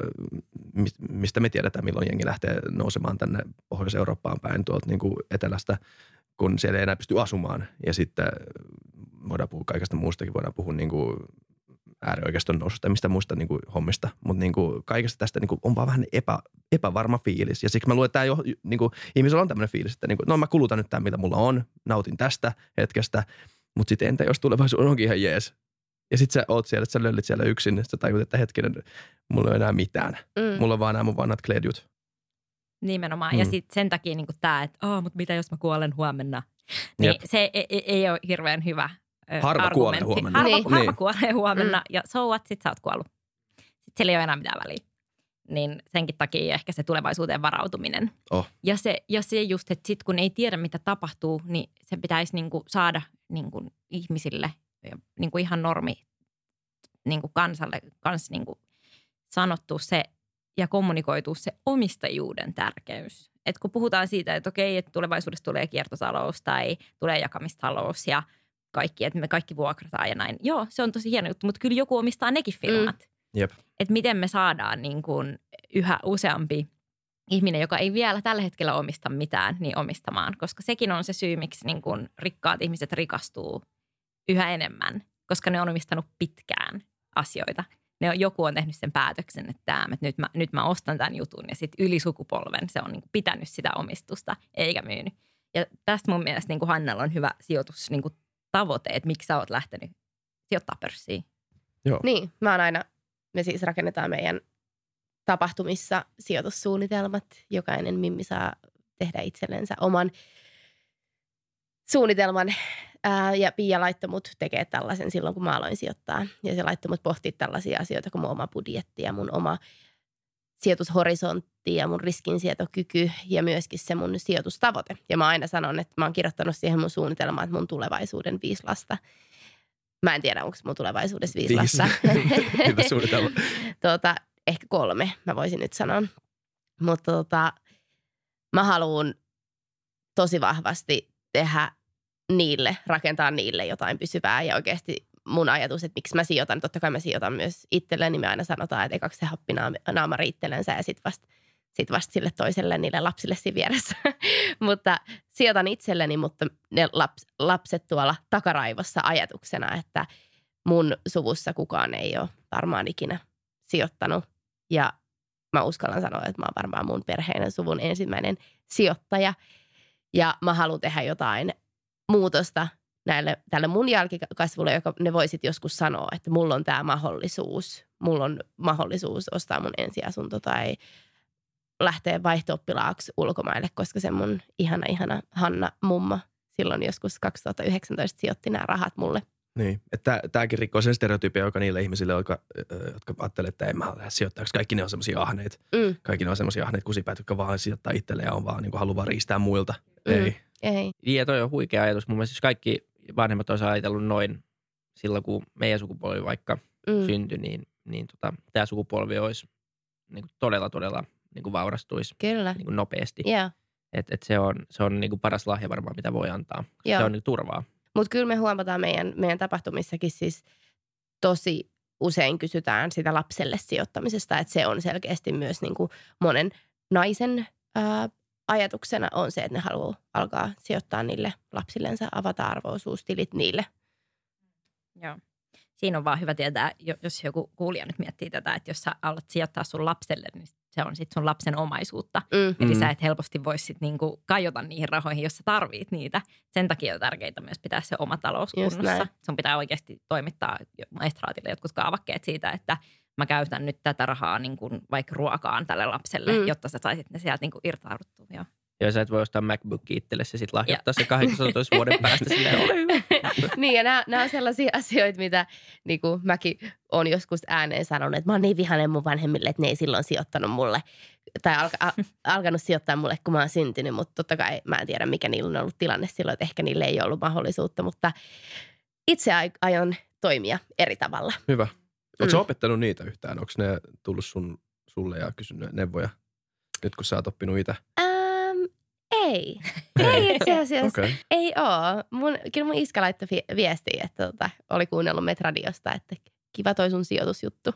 mistä me tiedetään, milloin jengi lähtee nousemaan tänne Pohjois-Eurooppaan päin tuolta niin kuin etelästä, kun siellä ei enää pysty asumaan. Ja sitten voidaan puhua kaikesta muustakin, voidaan puhua niin kuin äärioikeiston noususta ja mistä muista niin kuin hommista. Mutta niin kuin kaikesta tästä niin kuin on vaan vähän epävarma fiilis. Ja siksi mä luulen, että niin kuin, ihmisellä on tämmöinen fiilis, että niin kuin, no mä kulutan nyt tämän, mitä mulla on, nautin tästä hetkestä, mutta sitten entä jos tulevaisuus onkin ihan jees. Ja sitten sä oot siellä, että sä löllit siellä yksin, ja sä tajut, että hetkinen, mulla ei ole enää mitään. Mulla on vaan nämä mun vanhat kledjut. Nimenomaan. Ja sitten sen takia niin tämä, että mutta mitä jos mä kuolen huomenna. Niin se ei ole hirveän hyvä harva kuolee huomenna. Harva kuolee huomenna ja so what, sit sä oot kuollut. Sitten siellä ei ole enää mitään väliä. Niin senkin takia ehkä se tulevaisuuteen varautuminen. Ja se just, että sit kun ei tiedä mitä tapahtuu, niin se pitäisi niinku saada niinku ihmisille niinku ihan normi niinku kansalle kans niinku sanottua se ja kommunikoitua se omistajuuden tärkeys. Et kun puhutaan siitä, että okei, että tulevaisuudessa tulee kiertotalous tai tulee jakamistalous ja kaikki, että me kaikki vuokrataan ja näin. Joo, se on tosi hieno juttu, mutta kyllä joku omistaa nekin firmat. Että miten me saadaan niin kuin yhä useampi ihminen, joka ei vielä tällä hetkellä omista mitään, niin omistamaan. Koska sekin on se syy, miksi niin kuin rikkaat ihmiset rikastuu yhä enemmän, koska ne on omistanut pitkään asioita. Joku on tehnyt sen päätöksen, että nyt mä ostan tämän jutun ja sitten yli sukupolven se on niin kuin pitänyt sitä omistusta eikä myynyt. Ja tästä mun mielestä niin kuin Hannalla on hyvä sijoitus niin kuin tavoite, että miksi sä oot lähtenyt sijoittaa pörssiin. Joo. Niin, me siis rakennetaan meidän tapahtumissa sijoitussuunnitelmat. Jokainen mimmi saa tehdä itsellensä oman suunnitelman. Ja Pia laittoi mut tekee tällaisen silloin, kun mä aloin sijoittaa. Ja se laittoi mut pohtia tällaisia asioita kuin mun oma budjetti ja mun oma sijoitushorisontti ja mun riskinsietokyky ja myöskin se mun sijoitustavoite. Ja mä aina sanon, että mä oon kirjoittanut siihen mun suunnitelmaan, että mun tulevaisuuden 5 lasta. Mä en tiedä, onko mun tulevaisuudessa 5 lasta. Hyvä suunnitelma. Ehkä 3, mä voisin nyt sanoa. Mutta mä haluan tosi vahvasti rakentaa niille jotain pysyvää ja oikeasti mun ajatus, että miksi mä sijoitan. Totta kai mä sijoitan myös itselleni. Me aina sanotaan, että ekaksi se happinaamari itsellensä ja sit vasta sille toiselle niille lapsille siinä vieressä. Mutta sijoitan itselleni, mutta ne lapset tuolla takaraivossa ajatuksena, että mun suvussa kukaan ei ole varmaan ikinä sijoittanut. Ja mä uskallan sanoa, että mä oon varmaan mun perheen suvun ensimmäinen sijoittaja. Ja mä haluan tehdä jotain muutosta tälle mun jälkikasvulle, joka ne voisit joskus sanoa, että mulla on tämä mahdollisuus. Mulla on mahdollisuus ostaa mun ensiasunto tai lähteä vaihto-oppilaaksi ulkomaille, koska se mun ihana Hanna mummo silloin joskus 2019 sijoitti nämä rahat mulle Niin, että tämäkin rikkoo sen stereotypia, joka niille ihmisille, jotka ajattelee, että en mä lähde sijoittajaksi. Kaikki ne on semmoisia ahneet. Kaikki ne on semmoisia ahneet kusipäät, jotka vaan sijoittaa itselleen ja on vaan niin kuin haluaa riistää muilta. Ei. Ja toi on huikea ajatus. Mun mielestä jos kaikki vanhemmat olisi ajatellut noin silloin, kun meidän sukupolvi vaikka syntyi, niin tämä sukupolvi olisi niin kuin todella niin kuin vaurastuisi Kyllä. niin kuin nopeasti. Yeah. Et se on niin kuin paras lahja varmaan, mitä voi antaa. Se on niin turvaa. Mutta kyllä me huomataan meidän tapahtumissakin siis tosi usein kysytään sitä lapselle sijoittamisesta, että se on selkeästi myös niin kuin monen naisen ajatuksena on se, että ne haluaa alkaa sijoittaa niille lapsillensa, avata arvo-osuustilit niille. Joo. Siinä on vaan hyvä tietää, jos joku kuulija nyt miettii tätä, että jos sä alat sijoittaa sun lapselle, niin se on sitten sun lapsen omaisuutta. Eli sä et helposti voi sitten niinku kajota niihin rahoihin, jos sä tarvit niitä. Sen takia on tärkeää myös pitää se oma talous kunnossa. Sun pitää oikeasti toimittaa maistraatille jotkut kaavakkeet siitä, että mä käytän nyt tätä rahaa niin kuin vaikka ruokaan tälle lapselle, jotta sä saisit ne sieltä niin kuin irtauduttua. Ja sä et voi ostaa MacBookia itsellesi ja sitten lahjoittaa se 18 vuoden päästä silleen, ole hyvä. Niin ja nämä on sellaisia asioita, mitä niin kuin mäkin olen joskus ääneen sanonut, että mä oon niin vihainen mun vanhemmille, että ne ei silloin sijoittanut mulle tai alkanut sijoittaa mulle, kun mä oon syntynyt, mutta totta kai mä en tiedä, mikä niillä on ollut tilanne silloin, että ehkä niille ei ollut mahdollisuutta, mutta itse aion toimia eri tavalla. Hyvä. Oletko sä opettanut niitä yhtään? Onko ne tullut sulle ja kysynyt neuvoja nyt, kun sä oot oppinut itse? Ei itse asiassa. Okay. Ei ole. Kyllä mun iskä laittoi viestiä, että oli kuunnellut meitä radiosta, että kiva toi sun sijoitusjuttu.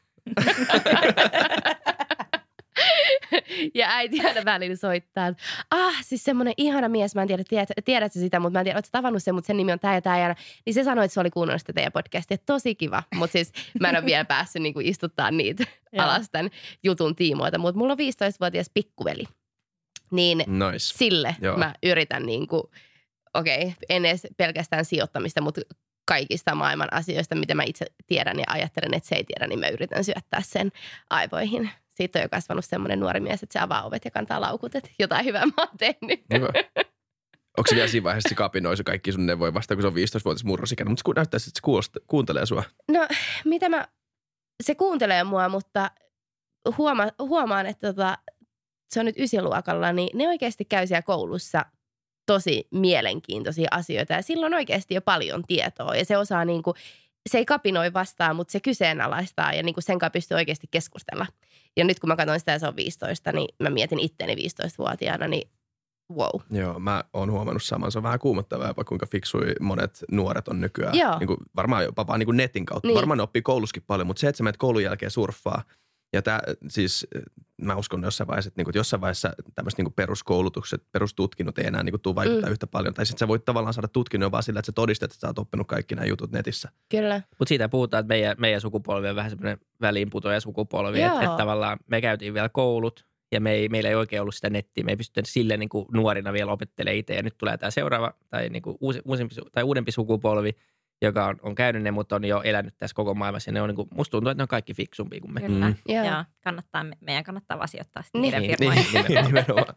Ja äiti aina välillä soittaa, että siis semmoinen ihana mies, mä en tiedä, tiedätkö sitä, mutta mä en tiedä, ootko tavannut sen, mutta sen nimi on tää ja tää. Niin se sanoi, että se oli kuunnellut sitä teidän podcastia, tosi kiva. Mutta siis mä en ole vielä päässyt niinku istuttaa niitä alas tämän jutun tiimoilta. Mutta mulla on 15-vuotias pikkuveli. Niin nice. Sille mä yritän niinku, en edes pelkästään sijoittamista, mutta kaikista maailman asioista, mitä mä itse tiedän ja ajattelen, että se ei tiedä, niin mä yritän syöttää sen aivoihin. Siitä on jo kasvanut semmoinen nuori mies, että se avaa ovet ja kantaa laukut, että jotain hyvää mä oon tehnyt. Hyvä. Onko se vielä siinä vaiheessa se kapinoi se kaikki sun neuvoja vasta, kun se on 15-vuotias murrosikäinen, mutta se näyttää, että se kuuntelee sua. No, se kuuntelee mua, mutta huomaan, että se on nyt 9-luokalla, niin ne oikeasti käy siellä koulussa tosi mielenkiintoisia asioita. Ja sillä on oikeasti jo paljon tietoa ja se osaa niinku, se ei kapinoi vastaan, mutta se kyseenalaistaa ja niinku sen kanssa pystyy oikeasti keskustella. Ja nyt kun mä katson sitä ja se on 15, niin mä mietin itteeni 15-vuotiaana, niin wow. Joo, mä oon huomannut saman. Se on vähän kuumottavaa jopa, kuinka fiksui monet nuoret on nykyään. Niin kuin, varmaan jopa vaan niin kuin netin kautta. Niin. Varmaan ne oppii koulussakin paljon, mutta se, että sä menet koulun jälkeen surffaa. Ja tämä siis, mä uskon jossain vaiheessa, että jossain vaiheessa tämmöiset niin peruskoulutukset, perustutkinnot ei enää niin tule vaikuttaa yhtä paljon. Tai sitten sä voit tavallaan saada tutkinnon vaan sillä, että sä todistat, että sä oot oppinut kaikki nämä jutut netissä. Kyllä. Mutta siitä puhutaan, että meidän sukupolvi on vähän semmoinen väliinputoja sukupolvi. Että tavallaan me käytiin vielä koulut ja meillä ei oikein ollut sitä nettiä. Me ei pystytä silleen niin kuin nuorina vielä opettelemaan itse. Ja nyt tulee tämä seuraava tai niin kuin uudempi sukupolvi, joka on käynyt ne, mutta on jo elänyt tässä koko maailmassa. Ja ne on niin kuin, musta tuntuu, että ne on kaikki fiksumpia kuin me. Kyllä. Ja meidän kannattaa vaan sijoittaa sitten niiden firmoihin. Niin, nimenomaan.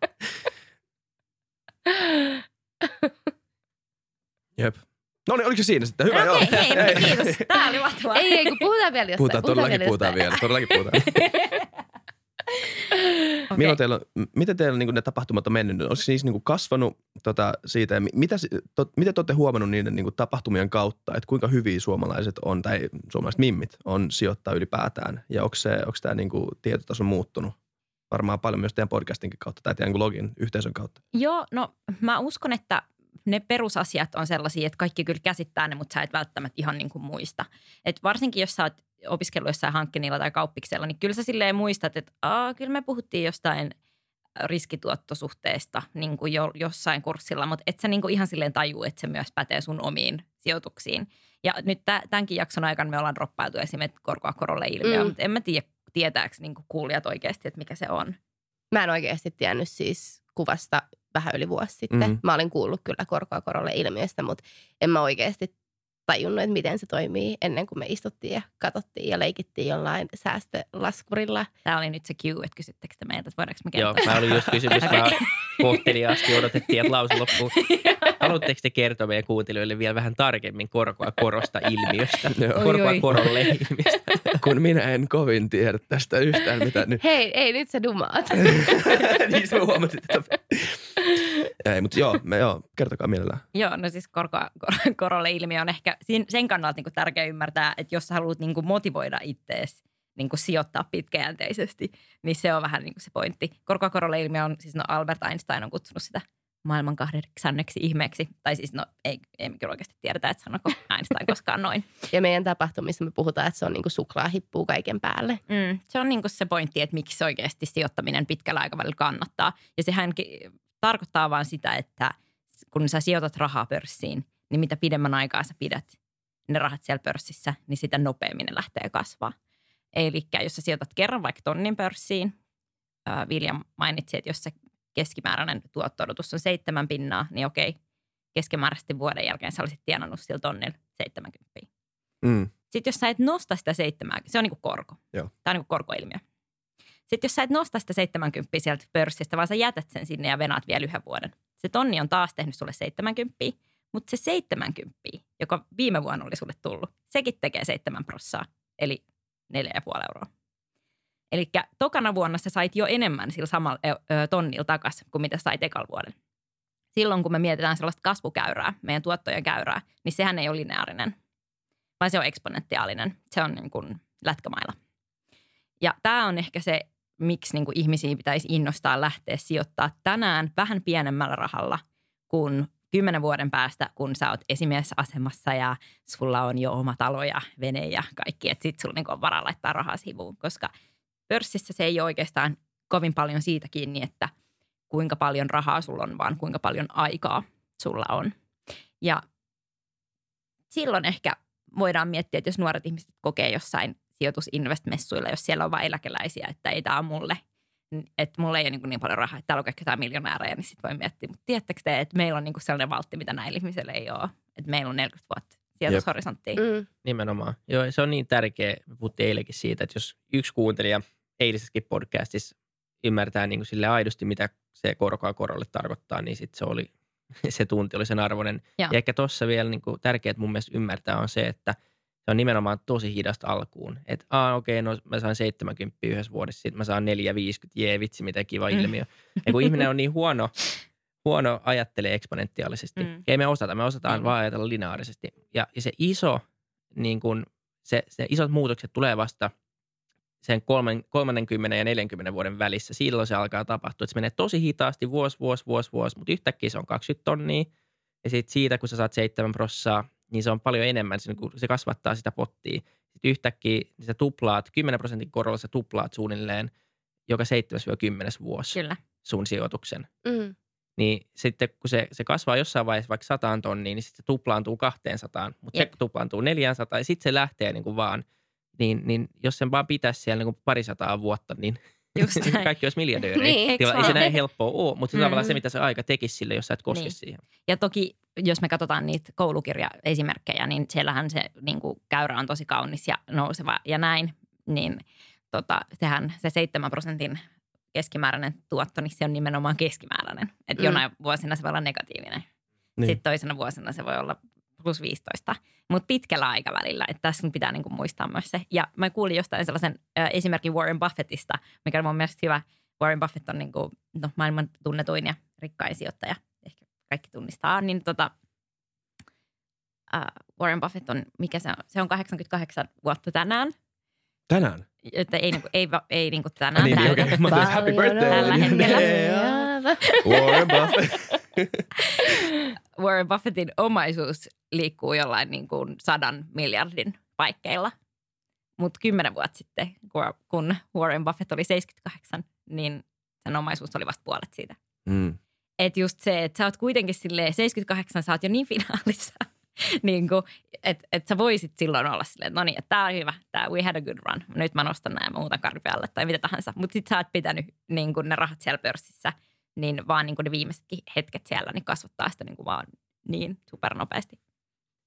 Jep. No niin, oliko se siinä sitten? Hyvä, joo. Hei, kiitos. Tämä oli mahtavaa. Ei, kun puhutaan vielä jostain. Todellakin puhutaan. Okay. Miten teillä niin ne tapahtumat on mennyt? Olisiko siis niin kasvanut siitä? Ja miten te olette huomannut niiden niin tapahtumien kautta, että kuinka hyviä suomalaiset on tai suomalaiset mimmit on sijoittaa ylipäätään? Ja onko tämä niin tietotaso muuttunut? Varmaan paljon myös teidän podcastinkin kautta tai teidän login yhteisön kautta. Joo, no mä uskon, että ne perusasiat on sellaisia, että kaikki kyllä käsittää ne, mutta sä et välttämättä ihan niin kuin muista. Et varsinkin jos sä oot opiskellut jossain hankkeenilla tai kauppiksella, niin kyllä sä silleen muistat, että kyllä me puhuttiin jostain riskituottosuhteesta niin kuin jossain kurssilla, mutta et sä niin kuin ihan silleen tajuu, että se myös pätee sun omiin sijoituksiin. Ja nyt tämänkin jakson aikana me ollaan droppailtu esimerkiksi korkoa korolle ilmiöä, mutta en mä tiedä, tietääkö niin kuin kuulijat oikeasti, että mikä se on. Mä en oikeasti tiennyt siis kuvasta vähän yli vuosi sitten. Mä olin kuullut kyllä korkoa korolle ilmiöstä, mutta en mä oikeasti tajunnut, että miten se toimii ennen kuin me istuttiin ja katsottiin ja leikittiin jollain säästölaskurilla. Tämä oli nyt se cue, että kysyttekö te meiltä, että voidaanko me kertoa? Joo, mä olin just kysymys, vaan kohteliaasti odotettiin, että lausu loppuu. Haluatteko te kertoa meidän kuuntelijoille vielä vähän tarkemmin korkoa korosta ilmiöstä? Korkoa korolle ilmiöstä. Kun minä en kovin tiedä tästä yhtään mitä nyt. Hei, ei nyt sä dumaat. Niin mä huomasin, että... Ei, mutta joo, kertokaa mielellään. Joo, no siis korolle ilmiö on ehkä sen kannalta niin tärkeää ymmärtää, että jos sä haluat niin motivoida itseäsi niin sijoittaa pitkäjänteisesti, niin se on vähän niin se pointti. Korolle ilmiö on, siis Albert Einstein on kutsunut sitä maailman 8 ihmeeksi. Tai siis ei me kyllä oikeasti tiedetä, että sanoko Einstein koskaan noin. Ja meidän tapahtumissa me puhutaan, että se on niin kuin suklaa hippuu kaiken päälle. Se on niin se pointti, että miksi oikeasti sijoittaminen pitkällä aikavälillä kannattaa. Ja sehän tarkoittaa vaan sitä, että kun sä sijoitat rahaa pörssiin, niin mitä pidemmän aikaa sä pidät ne rahat siellä pörssissä, niin sitä nopeammin ne lähtee kasvaa. Eli jos sä sijoitat kerran vaikka 1,000 pörssiin, William mainitsi, että jos se keskimääräinen tuotto-odotus on 7%, niin okei, keskimääräisesti vuoden jälkeen sä olisit tienannut sillä 1,000 70%. Sitten jos sä et nosta sitä 7, se on niin kuin korko. Joo. Tämä on niin kuin korkoilmiö. Sitten jos sä et nosta sitä 70 sieltä pörssistä, vaan sä jätät sen sinne ja venaat vielä 1 vuoden. Se 1,000 on taas tehnyt sulle 70, mutta se 70, joka viime vuonna oli sulle tullut, sekin tekee 7%, eli 4,5 euroa. Eli tokana vuonna sä sait jo enemmän sillä samalla tonnilla takaisin kuin mitä sait ekalla vuoden. Silloin kun me mietitään sellaista kasvukäyrää, meidän tuottojen käyrää, niin sehän ei ole lineaarinen, vaan se on eksponentiaalinen. Se on niin kuin lätkämailla. Ja tämä on ehkä se, miksi niin kuin ihmisiä pitäisi innostaa lähteä sijoittaa tänään vähän pienemmällä rahalla kuin 10 vuoden päästä, kun sä oot esimiesasemassa ja sulla on jo oma talo ja vene ja kaikki. Että sit sulla niin on varaa laittaa rahaa sivuun, koska pörssissä se ei ole oikeastaan kovin paljon siitä kiinni, että kuinka paljon rahaa sulla on, vaan kuinka paljon aikaa sulla on. Ja silloin ehkä voidaan miettiä, että jos nuoret ihmiset kokee jossain sijoitusinvestmessuilla, jos siellä on vain eläkeläisiä, että ei tämä ole mulle, että mulla ei ole niin paljon rahaa, että täällä on kaikki jotain miljonäärejä, niin sitten voi miettiä. Mutta tiedättekö te, että meillä on niin sellainen valtti, mitä näillä ihmisillä ei ole, että meillä on 40 vuotta sijoitushorisonttia. Nimenomaan. Joo, se on niin tärkeä. Me puhuttiin eilenkin siitä, että jos yksi kuuntelija eilisessäkin podcastissa ymmärtää niin kuin sille aidosti, mitä se korkoa korolle tarkoittaa, niin sitten se tunti oli sen arvoinen. Ja ehkä tuossa vielä niin kuin tärkeää mun mielestä ymmärtää on se, että se on nimenomaan tosi hidasta alkuun. Että okei, no mä saan 70 yhdessä vuodessa, sitten mä saan 450, jee vitsi, mitä kiva ilmiö. Ja kun ihminen on niin huono ajattelee eksponentiaalisesti. Ei me osataan vaan ajatella lineaarisesti. Ja se iso, niin kun, se isot muutokset tulee vasta sen 30 ja 40 vuoden välissä. Silloin se alkaa tapahtua. Että se menee tosi hitaasti, vuosi, mutta yhtäkkiä se on 20 tonnia. Ja sitten siitä, kun sä saat 7%, niin se on paljon enemmän. Se kasvattaa sitä pottia. Sitten yhtäkkiä niin sä tuplaat, 10% korolla sä tuplaat suunnilleen joka 7-10 vuosi sun sijoituksen. Niin sitten kun se kasvaa jossain vaiheessa vaikka 100 tonnia, niin sitten se tuplaantuu 200, mutta se tuplaantuu 400 ja sitten se lähtee niin kuin vaan. Niin jos sen vaan pitäisi siellä niin kuin 200 vuotta, niin kaikki olisi miljardöörejä. Niin, ei se näin helppoa ole, mutta tavallaan se, mitä se aika tekisi sille, jos sä et koske siihen. Ja toki, jos me katsotaan niitä koulukirjaesimerkkejä, niin siellähän se niin kuin käyrä on tosi kaunis ja nouseva ja näin. Niin sehän se 7% keskimääräinen tuotto, niin se on nimenomaan keskimääräinen. Että jonain vuosina se voi olla negatiivinen. Niin. Sitten toisena vuosina se voi olla plus 15. Mutta pitkällä aikavälillä, että tässä pitää niinku muistaa myös se. Ja mä kuulin jostain sellaisen esimerkin Warren Buffettista, mikä on mun mielestä hyvä. Warren Buffett on niinku, maailman tunnetuin ja rikkain sijoittaja. Ehkä kaikki tunnistaa. Niin Warren Buffett on, mikä se on? Se on 88 vuotta tänään. Tänään? Että ei niinku tänään. Niin, okei. Mä tein happy birthday. Tällä hetkellä. Warren Buffett. Warren Buffettin omaisuus liikkuu jollain niin kuin 100 miljardin paikkeilla. Mutta 10 vuotta sitten, kun Warren Buffett oli 78, niin sen omaisuus oli vasta puolet siitä. Että just se, että sä oot kuitenkin silleen 78, sä oot jo niin finaalissa, niin että sä voisit silloin olla silleen, että no niin, että tää on hyvä, we had a good run. Nyt mä nostan näin, mä muutan karpialle tai mitä tahansa. Mutta sit sä oot pitänyt niin kuin ne rahat siellä pörssissä, niin vaan niin kuin ne viimeisetkin hetket siellä niin kasvattaa sitä niin kuin vaan niin supernopeasti.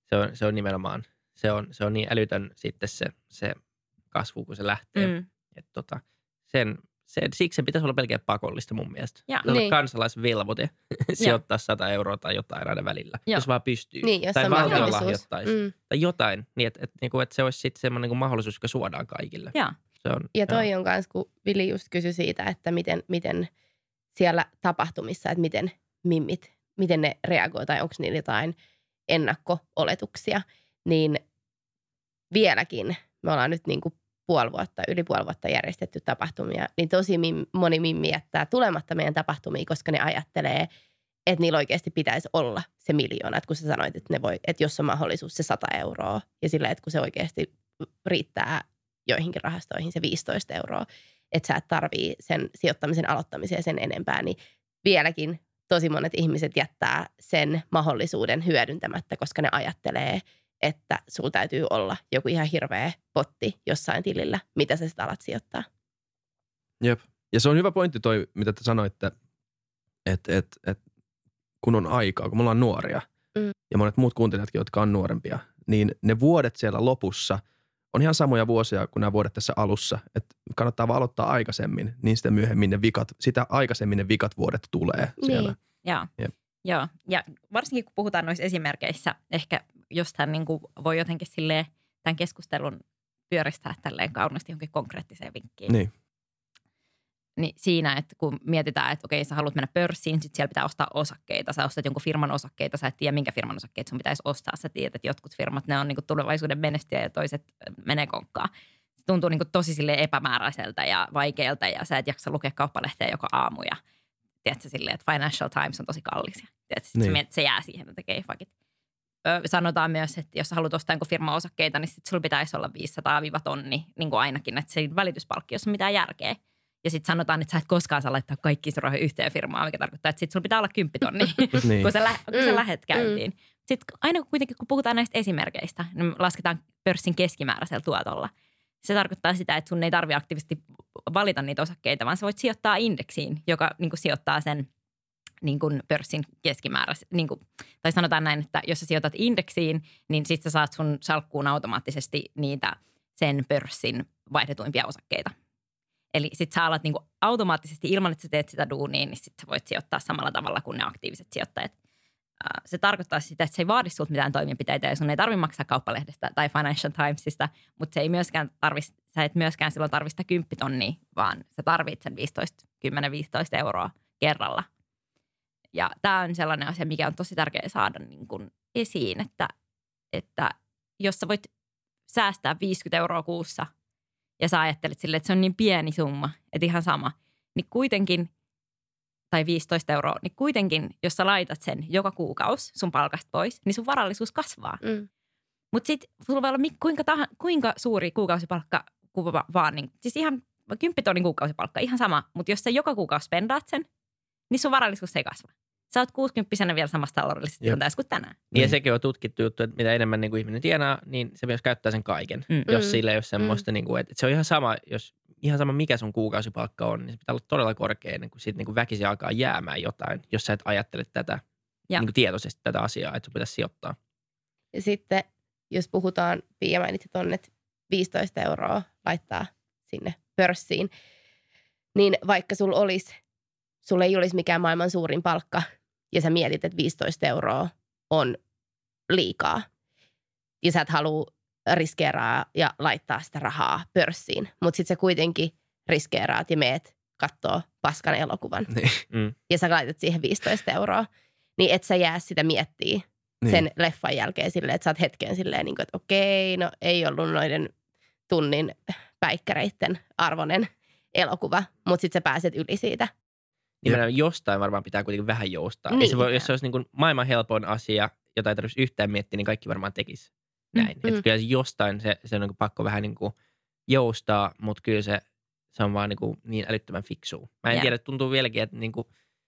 Se on nimenomaan, se on niin älytön sitten se kasvu, kun se lähtee. Että siksi se pitäisi olla pelkään pakollista mun mielestä. Se on niin. Kansalaisvelvoite sijoittaa 100 euroa tai jotain aina välillä, jos vaan pystyy. Niin, jos tai valtio lahjoittaisi. Tai jotain, niin että se olisi sitten semmoinen niin mahdollisuus, joka suodaan kaikille. Ja toi on myös, kun Vili just kysyi siitä, että miten siellä tapahtumissa, että miten mimmit, miten ne reagoi tai onko niillä jotain ennakko-oletuksia, niin vieläkin me ollaan nyt niin kuin yli puoli vuotta järjestetty tapahtumia, niin tosi moni mimmi jättää tulematta meidän tapahtumiin, koska ne ajattelee, että niillä oikeasti pitäisi olla se 1 miljoona. Että kun sä sanoit, että jos on mahdollisuus se 100 euroa ja sillä, että kun se oikeasti riittää joihinkin rahastoihin se 15 euroa, että sä et tarvii sen sijoittamisen aloittamiseen sen enempää, niin vieläkin tosi monet ihmiset jättää sen mahdollisuuden hyödyntämättä, koska ne ajattelee, että sulla täytyy olla joku ihan hirveä potti jossain tilillä, mitä sä sitten alat sijoittaa. Jep. Ja se on hyvä pointti toi, mitä te sanoitte, että kun on aikaa, kun me ollaan nuoria ja monet muut kuuntelijatkin, jotka on nuorempia, niin ne vuodet siellä lopussa on ihan samoja vuosia kuin nämä vuodet tässä alussa. Että kannattaa vaan aloittaa aikaisemmin, niin sitten myöhemmin sitä aikaisemmin ne vikat vuodet tulee siellä. Niin. Joo. Ja varsinkin kun puhutaan noissa esimerkkeissä, ehkä jos tämän niin kuin voi jotenkin silleen tämän keskustelun pyöristää tälleen kauniisti johonkin konkreettiseen vinkkiin. Niin siinä, että kun mietitään, että okei, sä haluat mennä pörssiin, sit siellä pitää ostaa osakkeita. Sä ostat jonkun firman osakkeita, sä et tiedä, minkä firman osakkeita sun pitäisi ostaa. Sä tiedät, että jotkut firmat, ne on niin kuin tulevaisuuden menestyjä ja toiset menee konkkaan. Se tuntuu niin kuin tosi silleen epämääräiseltä ja vaikealta ja sä et jaksa lukea kauppalehteä joka aamu ja tiedätkö silleen, että Financial Times on tosi kallis. Tiedätkö, se jää siihen, että okei, fuck it. Sanotaan myös, että jos sä haluat ostaa jonkun firman osakkeita, niin sitten sulla pitäisi olla 500-tonni niin kuin ainakin, että se välityspalkkiossa on mitään järkeä. Ja sitten sanotaan, että sä et koskaan saa laittaa kaikki sun rahoja yhteen firmaan, mikä tarkoittaa, että sitten sulla pitää olla 10 tonnia, niin. kun sä lähet käyntiin. Sitten aina kuitenkin, kun puhutaan näistä esimerkkeistä, niin lasketaan pörssin keskimääräisellä tuotolla. Se tarkoittaa sitä, että sun ei tarvitse aktiivisesti valita niitä osakkeita, vaan sä voit sijoittaa indeksiin, joka niin kuin sijoittaa sen niin kuin pörssin keskimääräisen. Niin kuin, tai sanotaan näin, että jos sä sijoitat indeksiin, niin sitten sä saat sun salkkuun automaattisesti niitä sen pörssin vaihdetuimpia osakkeita. Eli sit sä alat niinku automaattisesti ilman, että sä teet sitä duunia, niin sit sä voit sijoittaa samalla tavalla kuin ne aktiiviset sijoittajat. Se tarkoittaa sitä, että se ei vaadi sulta mitään toimenpiteitä ja sun ei tarvitse maksaa kauppalehdestä tai Financial Timesista, mutta se ei myöskään sä et myöskään silloin tarvitse sitä 10 tonnia, vaan sä tarvitset sen 10-15 euroa kerralla. Ja tää on sellainen asia, mikä on tosi tärkeä saada niin kuin esiin, että jos sä voit säästää 50 euroa kuussa, ja sä ajattelet silleen, että se on niin pieni summa, että ihan sama, niin kuitenkin, tai 15 euroa, niin kuitenkin, jos sä laitat sen joka kuukausi sun palkasta pois, niin sun varallisuus kasvaa. Mutta sitten sulla voi olla kuinka suuri kuukausipalkka vaan, niin, siis ihan 10 tonnin kuukausipalkka, ihan sama, mutta jos sä joka kuukausi spendaat sen, niin sun varallisuus ei kasva. Sä oot 60-vuotiaana vielä samassa taloudellisessa tilanteessa kuin tänään. Ja sekin on tutkittu juttu, että mitä enemmän niin kuin ihminen tienaa, niin se myös käyttää sen kaiken. Jos sillä ei ole semmoista, niin kuin, että se on ihan sama mikä sun kuukausipalkka on, niin se pitää olla todella korkea ennen kuin siitä niin kuin väkisin alkaa jäämään jotain, jos sä et ajattele tätä niin kuin tietoisesti tätä asiaa, että sun pitäisi sijoittaa. Ja sitten, jos puhutaan, Pia mainitsi tuonne, että 15 euroa laittaa sinne pörssiin, niin vaikka sulla ei olisi mikään maailman suurin palkka, ja sä mietit, että 15 euroa on liikaa. Ja sä et halua riskeeraa ja laittaa sitä rahaa pörssiin. Mutta sitten sä kuitenkin riskeeraat ja meet kattoo paskan elokuvan. Ja sä laitat siihen 15 euroa. Niin et sä jää sitä miettiä sen leffan jälkeen silleen, että sä oot hetken silleen, niin kuin, että okei, no ei ollut noiden tunnin päikkäreitten arvoinen elokuva. Mutta sitten sä pääset yli siitä. Niin jostain varmaan pitää kuitenkin vähän joustaa. Niin, jos se olisi niin kuin maailman helpoin asia, jota ei tarvitsisi yhtään miettiä, niin kaikki varmaan tekisi näin. Että kyllä jostain se on niin kuin pakko vähän niin kuin joustaa, mutta kyllä se on vaan niin älyttömän fiksua. Mä en tiedä, tuntuu vieläkin, että, niin kuin,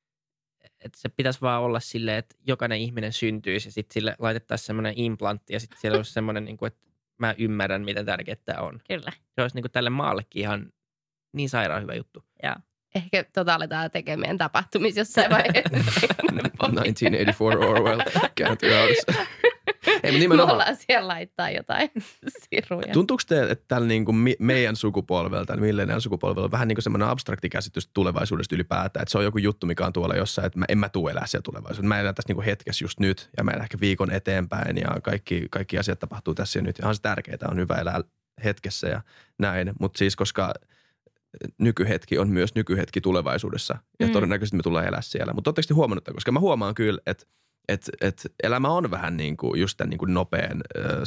että se pitäisi vaan olla silleen, että jokainen ihminen syntyisi ja sitten sille laitettaisiin semmoinen implantti ja sitten siellä olisi semmoinen, niin kuin, että mä ymmärrän, miten tärkeää tämä on. Kyllä. Se olisi niin kuin tälle maallekin ihan niin sairaan hyvä juttu. Joo. Ehkä aletaan tekemään meidän tapahtumissa jossain vaiheessa. 1984 Orwell kääntyy audessa. Ei, Me nimenomaan. ollaan siellä laittaa jotain siruja. Tuntuuko teille, että tällä niin kuin meidän sukupolvella, tällä millenial sukupolvella on vähän niin kuin semmoinen abstrakti käsitys tulevaisuudesta ylipäätään, että se on joku juttu, mikä on tuolla jossain, että en mä tule elää siellä tulevaisuudessa. Mä elän tässä niin kuin hetkessä just nyt ja mä elän ehkä viikon eteenpäin ja kaikki asiat tapahtuu tässä ja nyt. Ja on se tärkeää, on hyvä elää hetkessä ja näin, mutta siis koska nykyhetki on myös nykyhetki tulevaisuudessa ja todennäköisesti me tullaan elää siellä. Mutta ootteko te huomannut, koska mä huomaan kyllä, että elämä on vähän niin kuin just tämän niin kuin nopean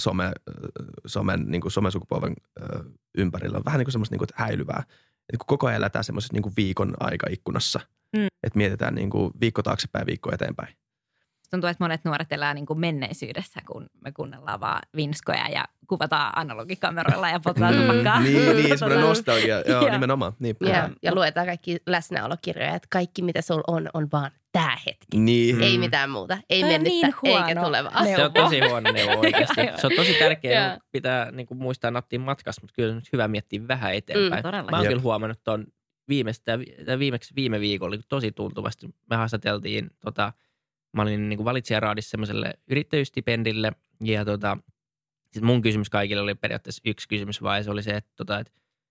somesukupolven ympärillä. Vähän niin kuin semmoista niin kuin häilyvää. Että kun koko ajan eletään semmoisessa niin kuin viikon aikaikkunassa. Että mietitään niin kuin viikko taaksepäin, viikko eteenpäin. Tuntuu, että monet nuoret elää niin kuin menneisyydessä, kun me kuunnellaan vaan vinskoja ja kuvataan analogikameroilla ja potaan tupakkaa. Niin, semmoinen nostalgia. Joo, nimenomaan. Niin. Ja luetaan kaikki läsnäolokirjoja, että kaikki mitä sulla on vaan tää hetki. Niin. Ei mitään muuta. Ei Toi on mennyttä niin huono eikä tulevaa. Se on tosi huono neuvo oikeasti. Se on tosi tärkeää, pitää niin kuin muistaa nauttia matkasta, mutta kyllä nyt hyvä miettiä vähän eteenpäin. Todellakin. Mä oon kyllä huomannut tuon viimeksi viime viikolla tosi tuntuvasti. Me haastateltiin, mä olin niin kuin valitsijaraadissa semmoiselle yrittäjyystipendille ja sit mun kysymys kaikille oli periaatteessa yksi kysymys vaan, se oli se, että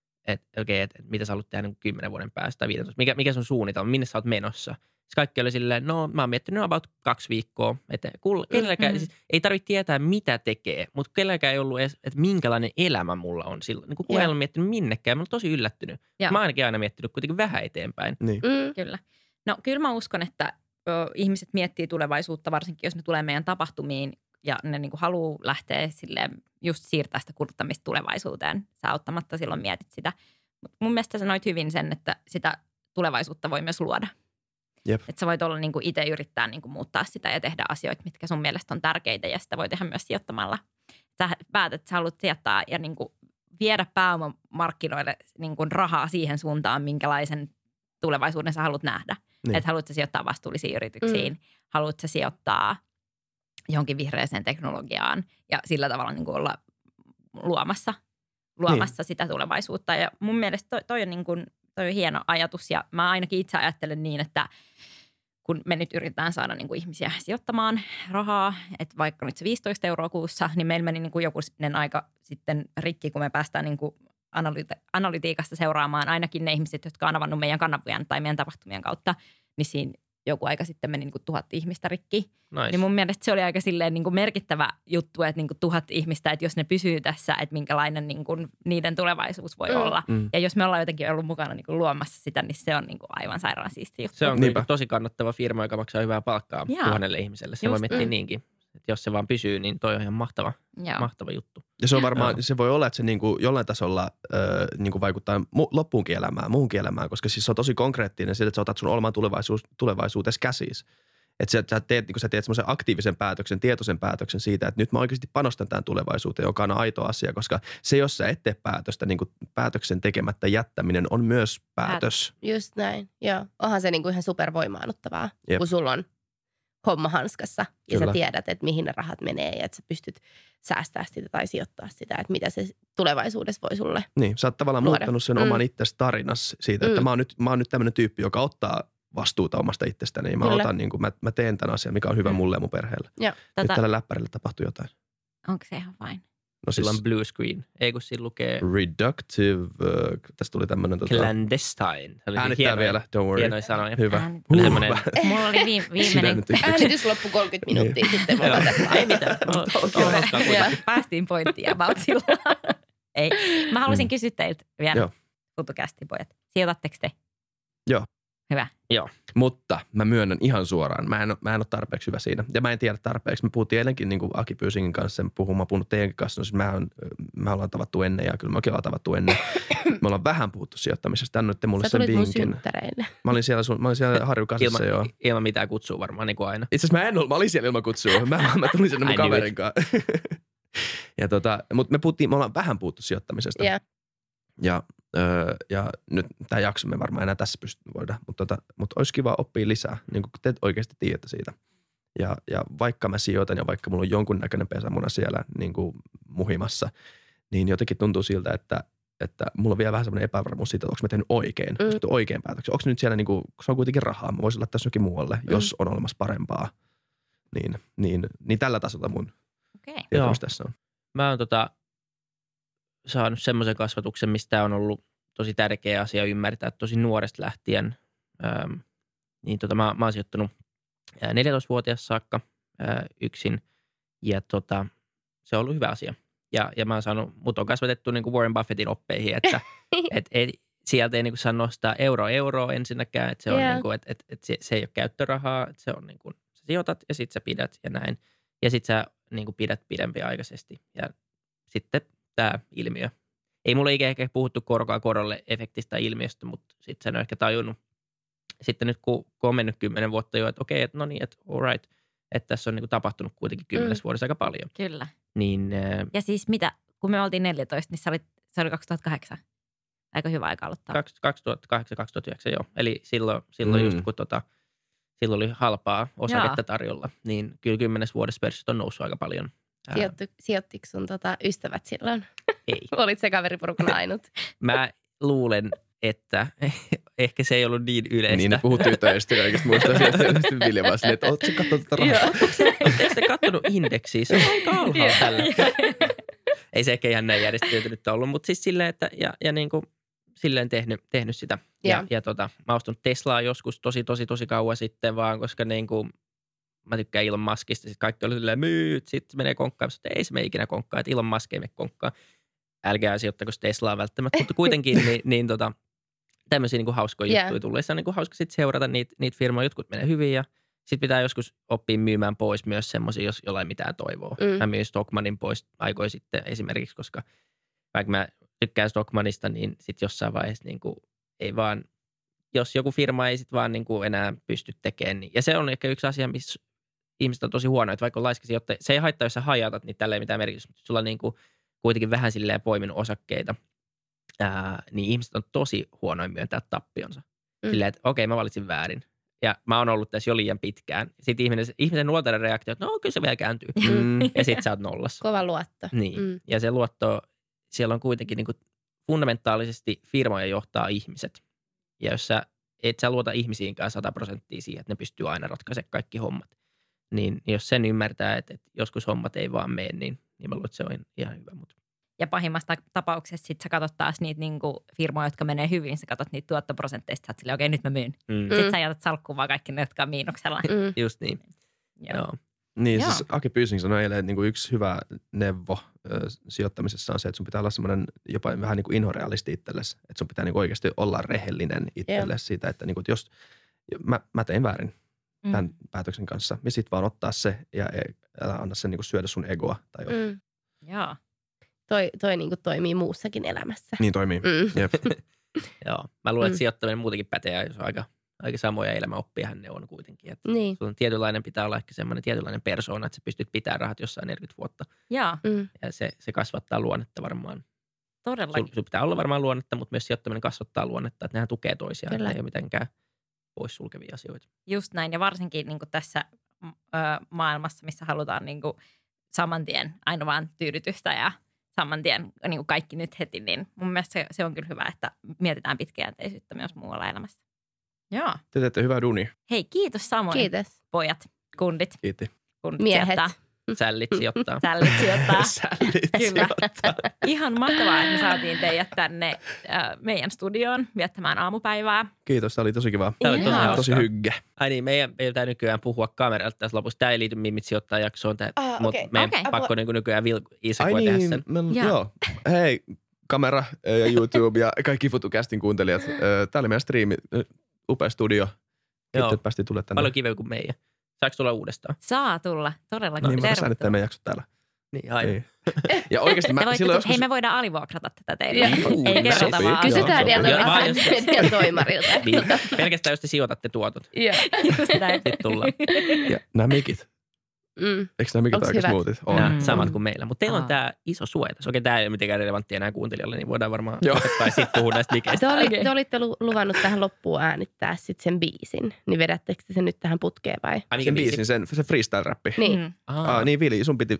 mitä sä haluat tehdä niin 10 vuoden päästä tai 15. Mikä sun suunnitelma, minne sä oot menossa? Siis kaikki oli silleen, no mä oon miettinyt about 2 viikkoa, että siis ei tarvitse tietää mitä tekee, mutta kenelläkään ei ollut edes, että minkälainen elämä mulla on silloin. Niin kukaan ei ollut miettinyt minnekään, mä olen tosi yllättynyt. Mä oon ainakin aina miettinyt kuitenkin vähän eteenpäin. Niin. Kyllä. No kyllä mä uskon, että ihmiset miettii tulevaisuutta, varsinkin jos ne tulee meidän tapahtumiin ja ne niin kuin haluaa lähteä silleen just siirtää sitä kuluttamista tulevaisuuteen. Sä auttamatta silloin mietit sitä. Mut mun mielestä sanoit hyvin sen, että sitä tulevaisuutta voi myös luoda. Jep. Että sä voit olla niin kuin itse yrittää niin kuin muuttaa sitä ja tehdä asioita, mitkä sun mielestä on tärkeitä ja sitä voi tehdä myös sijoittamalla. Sä päätät, että sä haluat sijoittaa ja niin kuin viedä pääomamarkkinoille niin kuin rahaa siihen suuntaan, minkälaisen tulevaisuuden sä haluat nähdä. Niin. Että haluatko sijoittaa vastuullisiin yrityksiin, haluatko sijoittaa johonkin vihreäseen teknologiaan ja sillä tavalla niin kuin olla luomassa sitä tulevaisuutta. Ja mun mielestä toi on niin kuin, toi on hieno ajatus ja mä ainakin itse ajattelen niin, että kun me nyt yritetään saada niin kuin ihmisiä sijoittamaan rahaa, että vaikka nyt se 15 € kuussa, niin meillä meni niin kuin jokunen aika sitten rikki, kun me päästään niin kuin analytiikasta seuraamaan ainakin ne ihmiset, jotka on avannut meidän kanavien tai meidän tapahtumien kautta, niin siinä joku aika sitten meni niin kuin 1000 ihmistä rikki. Nice. Niin mun mielestä se oli aika silleen niin kuin merkittävä juttu, että niin kuin 1000 ihmistä, että jos ne pysyy tässä, että minkälainen niin kuin niiden tulevaisuus voi olla. Ja jos me ollaan jotenkin ollut mukana niin kuin luomassa sitä, niin se on niin kuin aivan sairaan siisti juttu. Se on tosi kannattava firma, joka maksaa hyvää palkkaa 1000 ihmiselle. Se voi miettiä niinkin. Että jos se vaan pysyy, niin toi on ihan mahtava juttu. Ja se on varmaan, se voi olla, että se niinku jollain tasolla niinku vaikuttaa loppuunkin elämään, muuhunkin elämään, koska siis se on tosi konkreettinen sillä, että sä otat sun olemaan tulevaisuutesi käsiis. Että sä teet semmoisen aktiivisen päätöksen, tietoisen päätöksen siitä, että nyt mä oikeasti panostan tämän tulevaisuuteen, joka on aito asia, koska se, jos sä et tee päätöstä, niin kuin päätöksen tekemättä jättäminen on myös päätös. Just näin, joo. Onhan se niinku ihan supervoimaannuttavaa, kun sulla on homma hanskassa ja sä tiedät, että mihin ne rahat menee ja että sä pystyt säästämään sitä tai sijoittaa sitä, että mitä se tulevaisuudessa voi sulle Niin, sä oot tavallaan muuttanut sen oman itsesi tarinas siitä, että mä oon nyt tämmöinen tyyppi, joka ottaa vastuuta omasta itsestäni. Mä teen tämän asian, mikä on hyvä mulle ja mun perheelle. Nyt tällä läppärillä tapahtuu jotain. Onko se ihan fine? No sillä on blue screen. Ei kun siinä lukee reductive, tästä tuli tämmönen clandestine. Äänittää vielä, don't worry. Hienoja sanoja. Hyvä. Mulla oli viimeinen. Äänitys loppui 30 minuuttia sitten. Me ollaan tässä. Ei mitään. Päästiin pointtiin about silloin. Ei. Mä haluaisin kysyä teiltä vielä, FutuCast-pojat. Sijoitatteko te? Joo. Hyvä. Joo. Mutta mä myönnän ihan suoraan. Mä en ole tarpeeksi hyvä siinä. Ja mä en tiedä tarpeeksi. Me puhuttiin eilenkin niin kuin Aki Pyysingin kanssa. Mä puhunut teidänkin kanssa. Mä ollaan tavattu ennen ja kyllä mäkin ollaan tavattu ennen. Me ollaan vähän puhuttu sijoittamisesta. Annoitte mulle sen vinkin. Sä tulit mun synttäreille. Mä olin siellä Harjukasassa jo. Ilman mitään kutsua varmaan niin kuin aina. Itse asiassa mä olin siellä ilman kutsua. Mä tulin sinne mun kaverin kanssa. Mutta me ollaan vähän puhuttu sijoittamisesta. Yeah. Ja nyt tämä jakso me varmaan enää tässä voida, mutta olisi kiva oppia lisää, niin kuin te oikeasti tiedätte siitä. Ja vaikka mä sijoitan ja vaikka mulla on jonkunnäköinen pesämuna siellä niin kuin muhimassa, niin jotenkin tuntuu siltä, että mulla on vielä vähän semmoinen epävarmuus siitä, että onko mä tehnyt oikein päätöksen. Onko nyt siellä, niin kuin, se on kuitenkin rahaa, mä voisin laittaa jonkin muualle, jos on olemassa parempaa. Niin tällä tasolla mun Okei. Joo. Tässä on. Mä oon saanut semmoisen kasvatuksen, mistä on ollut tosi tärkeä asia ymmärtää tosi nuoresta lähtien. Niin mä oon sijoittanut 14-vuotias saakka yksin ja se on ollut hyvä asia. Ja mä oon saanut, mut on kasvatettu niin kuin Warren Buffettin oppeihin, että sieltä ei niin kuin saa nostaa euroa ensinnäkään, että se on niin kuin, että se ei ole käyttörahaa, että se on niin kuin, sä sijoitat ja sit sä pidät ja näin. Ja sit sä niin kuin pidät pidempiaikaisesti ja sitten tämä ilmiö. Ei mulla ehkä puhuttu korkoa korolle efektistä ilmiöstä, mutta sitten sen on ehkä tajunnut. Sitten nyt kun on mennyt 10 vuotta jo, että okei, että no niin, että all right, että tässä on niin kuin tapahtunut kuitenkin 10 vuodessa aika paljon. Kyllä. Niin, ja siis mitä, kun me oltiin 14, niin se oli 2008. Aika hyvä aika aloittaa. 2008-2009, joo. Eli silloin just kun silloin oli halpaa osaketta tarjolla, niin kyllä 10 vuodessa pörssit on noussut aika paljon. Sijoittiko sun ystävät silloin? Ei. Olit se kaveriporukan ainut? Mä luulen, että ehkä se ei ollut niin yleistä. Niin, ne puhut tytöistä kaikista muista asioista. Sitten Vilja vaan silleen, että ootko sä katsonut tätä rahaa? Oletteko te katsonut indeksiä? Se on aika alhaalla tällä. Ei se ehkä ihan näin järjestäytynyt ollut, mutta siis silleen, että ja niin kuin silleen tehnyt sitä. Ja mä ostin Teslaa joskus tosi kauan sitten vaan, koska niin kuin mä tykkään Elon Muskista. Sitten kaikki oli silleen myyt, sitten menee konkkaan. Mutta ei se mene ikinä konkkaan, että Elon Musk ei mene konkkaan. Älkää sijoittako Teslaa välttämättä, mutta kuitenkin niin tämmöisiä niin kuin hauskoja juttuja tulee. Se on niin kuin hauska sitten seurata niitä firmoja. Jotkut menee hyvin ja sitten pitää joskus oppia myymään pois myös semmoisia, jos jollain mitään toivoa. Mä myin Stockmannin pois aikoja sitten esimerkiksi, koska vaikka mä tykkään Stockmannista, niin sitten jossain vaiheessa niin kuin ei vaan, jos joku firma ei sitten vaan niin kuin enää pysty tekemään. Niin. Ja se on ehkä yksi asia, missä ihmiset on tosi huono, että vaikka on laiskasi, jotta se ei haittaa, jos sä hajatat, niin tällä ei mitään merkitystä, mutta sulla on niin kuin kuitenkin vähän silleen poiminut osakkeita, niin ihmiset on tosi huonoin myöntää tappionsa. Silleen, että okei, mä valitsin väärin. Ja mä oon ollut tässä jo liian pitkään. Sitten ihmisen luontainen reaktio, että no kyllä se vielä kääntyy. Ja sit sä oot nollassa. Kova luotto. Niin. Ja se luotto, siellä on kuitenkin niin kuin fundamentaalisesti firmoja johtaa ihmiset. Ja jos et sä luota ihmisiinkään 100% siihen, että ne pystyy aina ratkaisemaan kaikki hommat. Niin jos sen ymmärtää, että joskus hommat ei vaan mene, niin mä luulen, että se on ihan hyvä. Ja pahimmassa tapauksessa sit sä katsot taas niitä niinku firmoja, jotka menee hyvin. Sä katsot niitä tuottoprosentteista. Sä oot silleen, okei, nyt mä myyn. Sitten sä jätät salkkuun vaan kaikki ne, jotka on miinuksella. Just niin. Joo. Niin, siis Aki Pyysing sanoi eilen, että niinku yksi hyvä neuvo sijoittamisessa on se, että sun pitää olla semmoinen jopa vähän niin kuin inhorealisti itsellesi. Että sun pitää niinku oikeasti olla rehellinen itsellesi siitä, että niinku, jos mä tein väärin tämän päätöksen kanssa. Ja sit vaan ottaa se ja älä anna sen niinku syödä sun egoa tai jotain. Joo. Toi niinku toimii muussakin elämässä. Niin toimii. Jep. Joo. Mä luulen, että sijoittaminen muutenkin pätee, jos on aika samoja elämäoppiahan ne on kuitenkin. Että niin. Sulla on tietynlainen, pitää olla ehkä semmoinen tietynlainen persoona, että sä pystyt pitämään rahat jossain 40 vuotta. Joo. Ja se kasvattaa luonnetta varmaan. Todellakin. Sulla pitää olla varmaan luonnetta, mutta myös sijoittaminen kasvattaa luonnetta, että nehän tukee toisiaan. Kyllä. Ne ei ole mitenkään poissulkevia asioita. Just näin. Ja varsinkin niin kuin tässä maailmassa, missä halutaan niin kuin saman tien aina vaan tyydytystä ja saman tien niin kuin kaikki nyt heti, niin mun mielestä se on kyllä hyvä, että mietitään pitkäjänteisyyttä myös muualla elämässä. Joo. Te teette hyvää duunia. Hei, kiitos samoin. Kiitos. Pojat, kundit. Kiitti. Miehet. Sijoittaa. Sällit sijoittaa. Sällit sijoittaa. Sällit Kyllä. sijoittaa. Ihan mahtavaa, että me saatiin teidät tänne meidän studioon viettämään aamupäivää. Kiitos, tämä oli tosi kiva. Tämä oli tosi hauskaa. Tosi hygge. Ai niin, meidän pitää nykyään puhua kameralta tässä lopussa. Tämä ei liity Mimmit sijoittaa jaksoon, mutta meidän pakko nykyään Iisakoa tehdä sen. Joo. Hei, kamera ja YouTube ja kaikki FutuCastin kuuntelijat. Tää oli meidän striimi. Upea studio. Kiitos, että päästiin tulla tänne. Paljon kivempi kuin meidän. Saako tulla uudestaan? Saa tulla, todellakin. Niin, mä säädetään meidän jaksot täällä. Niin, aivan. Niin. Ja oikeasti hei, me voidaan alivuokrata tätä teille. Ei kerrota vaan. Kysytään dian toimarilta. Niin, pelkästään jos te sijoitatte tuotot. Joo. Just näin. Sitten tullaan. Ja nämä mikit. Eikö nämä mikit aika smoothit? On. Samat kuin meillä. Mutta teillä on tämä iso suoja tässä. Okei, tämä ei ole mitenkään relevanttia enää kuuntelijalle, niin voidaan varmaan tai sitten puhua näistä mikeistä. Te olitte luvannut tähän loppuun äänittää sitten sen biisin. Niin vedättekö te sen nyt tähän putkeen vai? Sen biisin, se freestyle-räppi. Niin. Niin, Vili, sun piti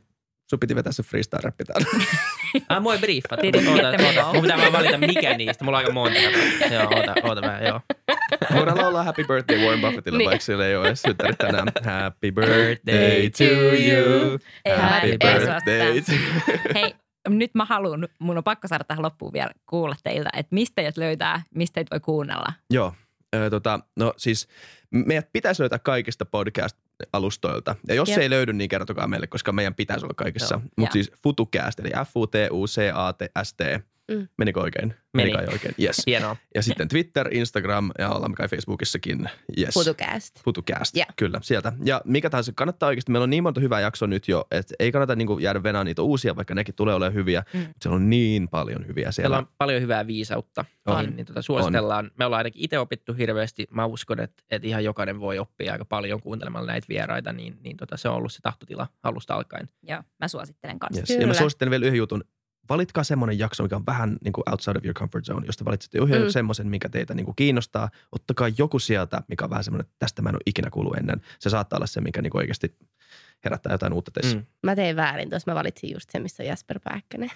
Sun piti vetää se freestyle-räppi täällä. Mua ei briefata. Oota. Mun pitää vaan valita mikä niistä. Mulla on aika monta. Joo, oota vähän, joo. Voidaan laulaa Happy Birthday Warren Buffettille, niin. Vaikka sillä ei ole edes synttärit tänään. Happy birthday to you. Happy birthday to you. Hei, nyt mun on pakko saada tähän loppuun vielä kuulla teiltä, että mistä teidät löytää, mistä teitä voi kuunnella. Joo, no siis meidät pitäisi löytää kaikista podcast-alustoilta. Ja jos se ei löydy, niin kertokaa meille, koska meidän pitäisi olla kaikissa. Mutta siis FutuCast, eli FUTUCAST. Menikö oikein? Meni kai oikein, yes. Hienoa. Ja sitten Twitter, Instagram ja ollaan kai Facebookissakin. Yes. FutuCast, yeah. Kyllä, sieltä. Ja mikä tahansa, kannattaa oikeasti, meillä on niin monta hyvää jaksoa nyt jo, että ei kannata niinku jäädä venään niitä uusia, vaikka nekin tulee olemaan hyviä. Siellä on niin paljon hyviä siellä. Siellä on paljon hyvää viisautta. Niin suositellaan. Me ollaan ainakin itse opittu hirveästi. Mä uskon, että ihan jokainen voi oppia aika paljon kuuntelemalla näitä vieraita, niin se on ollut se tahtotila alusta alkaen. Joo, mä suosittelen kanssa. Yes. Ja mä suosittelen vielä yhden jutun. Valitkaa semmoinen jakso, mikä on vähän niin kuin outside of your comfort zone, josta valitsette yhden semmoisen, mikä teitä niin kuin kiinnostaa. Ottakaa joku sieltä, mikä on vähän semmoinen, että tästä mä en ole ikinä kuullut ennen. Se saattaa olla se, mikä niin kuin oikeasti herättää jotain uutta teissä. Mä tein väärin tuossa. Mä valitsin just sen, missä on Jasper Pääkkönen.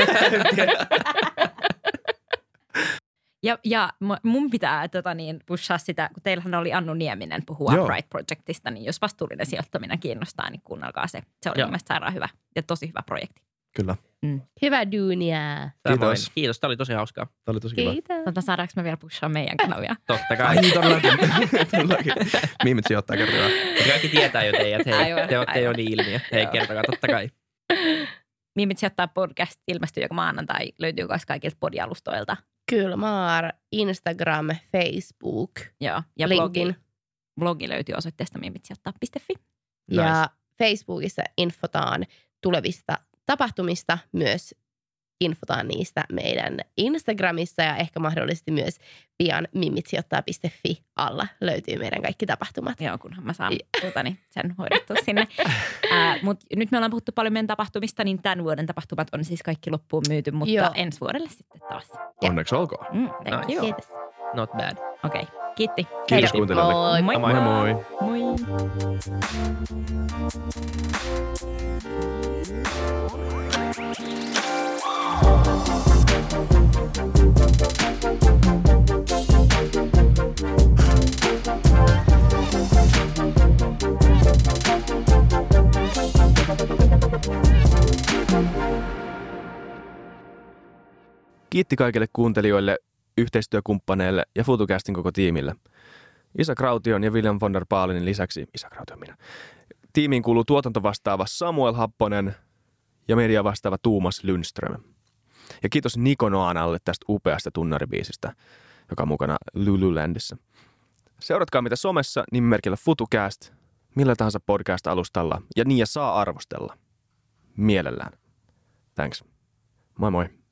Ja mun pitää pushaa sitä, kun teillähän oli Annu Nieminen puhua Upright Projectista, niin jos vastuullinen sijoittaminen kiinnostaa, niin kuunnelkaa se. Se oli mun mielestä sairaan hyvä ja tosi hyvä projekti. Kyllä. Hyvä duunia. Kiitos. Kiitos, tämä oli tosi hauskaa. Tämä oli tosi kiva. Saadaanko me vielä pushaa meidän kanavia? Totta kai. Ai, todellakin. Mimit sijoittaa kertokaa. Kaikki tietää jo teidät. Hei, te olette jo niin ilmiö. Hei, kertokaa, totta kai. Mimit sijoittaa podcast ilmestyy joka maanantai. Löytyy myös kaikilta podialustoilta. Kyllä, maar, Instagram, Facebook. Joo, ja LinkedIn. Blogi löytyy osoitteesta mimitsijoittaa.fi. Ja Facebookissa infotaan tulevista tapahtumista, myös infotaan niistä meidän Instagramissa ja ehkä mahdollisesti myös pian mimitsijoittaa.fi alla löytyy meidän kaikki tapahtumat. Joo, kunhan mä saan sen hoidettua sinne. Mutta nyt me ollaan puhuttu paljon meidän tapahtumista, niin tämän vuoden tapahtumat on siis kaikki loppuun myyty, mutta ensi vuodelle sitten taas. Onneksi olkoon. Thank you. Kiitos. Not bad. Okei, kiitti. Kiitos kuuntelijoille. Moi. Moi moi. Moi. Kiitti kaikille kuuntelijoille, yhteistyökumppaneille ja FutuCastin koko tiimille. Isa Kraution ja William von der Baalinin lisäksi, Isa Kraution minä, tiimiin kuuluu tuotantovastaava Samuel Happonen ja media vastaava Tuumas Lundström. Ja kiitos Niko Noanalle tästä upeasta tunnaribiisistä, joka on mukana Lululandissa. Seuratkaa mitä somessa nimimerkillä FutuCast, millä tahansa podcast-alustalla ja saa arvostella. Mielellään. Thanks. Moi moi.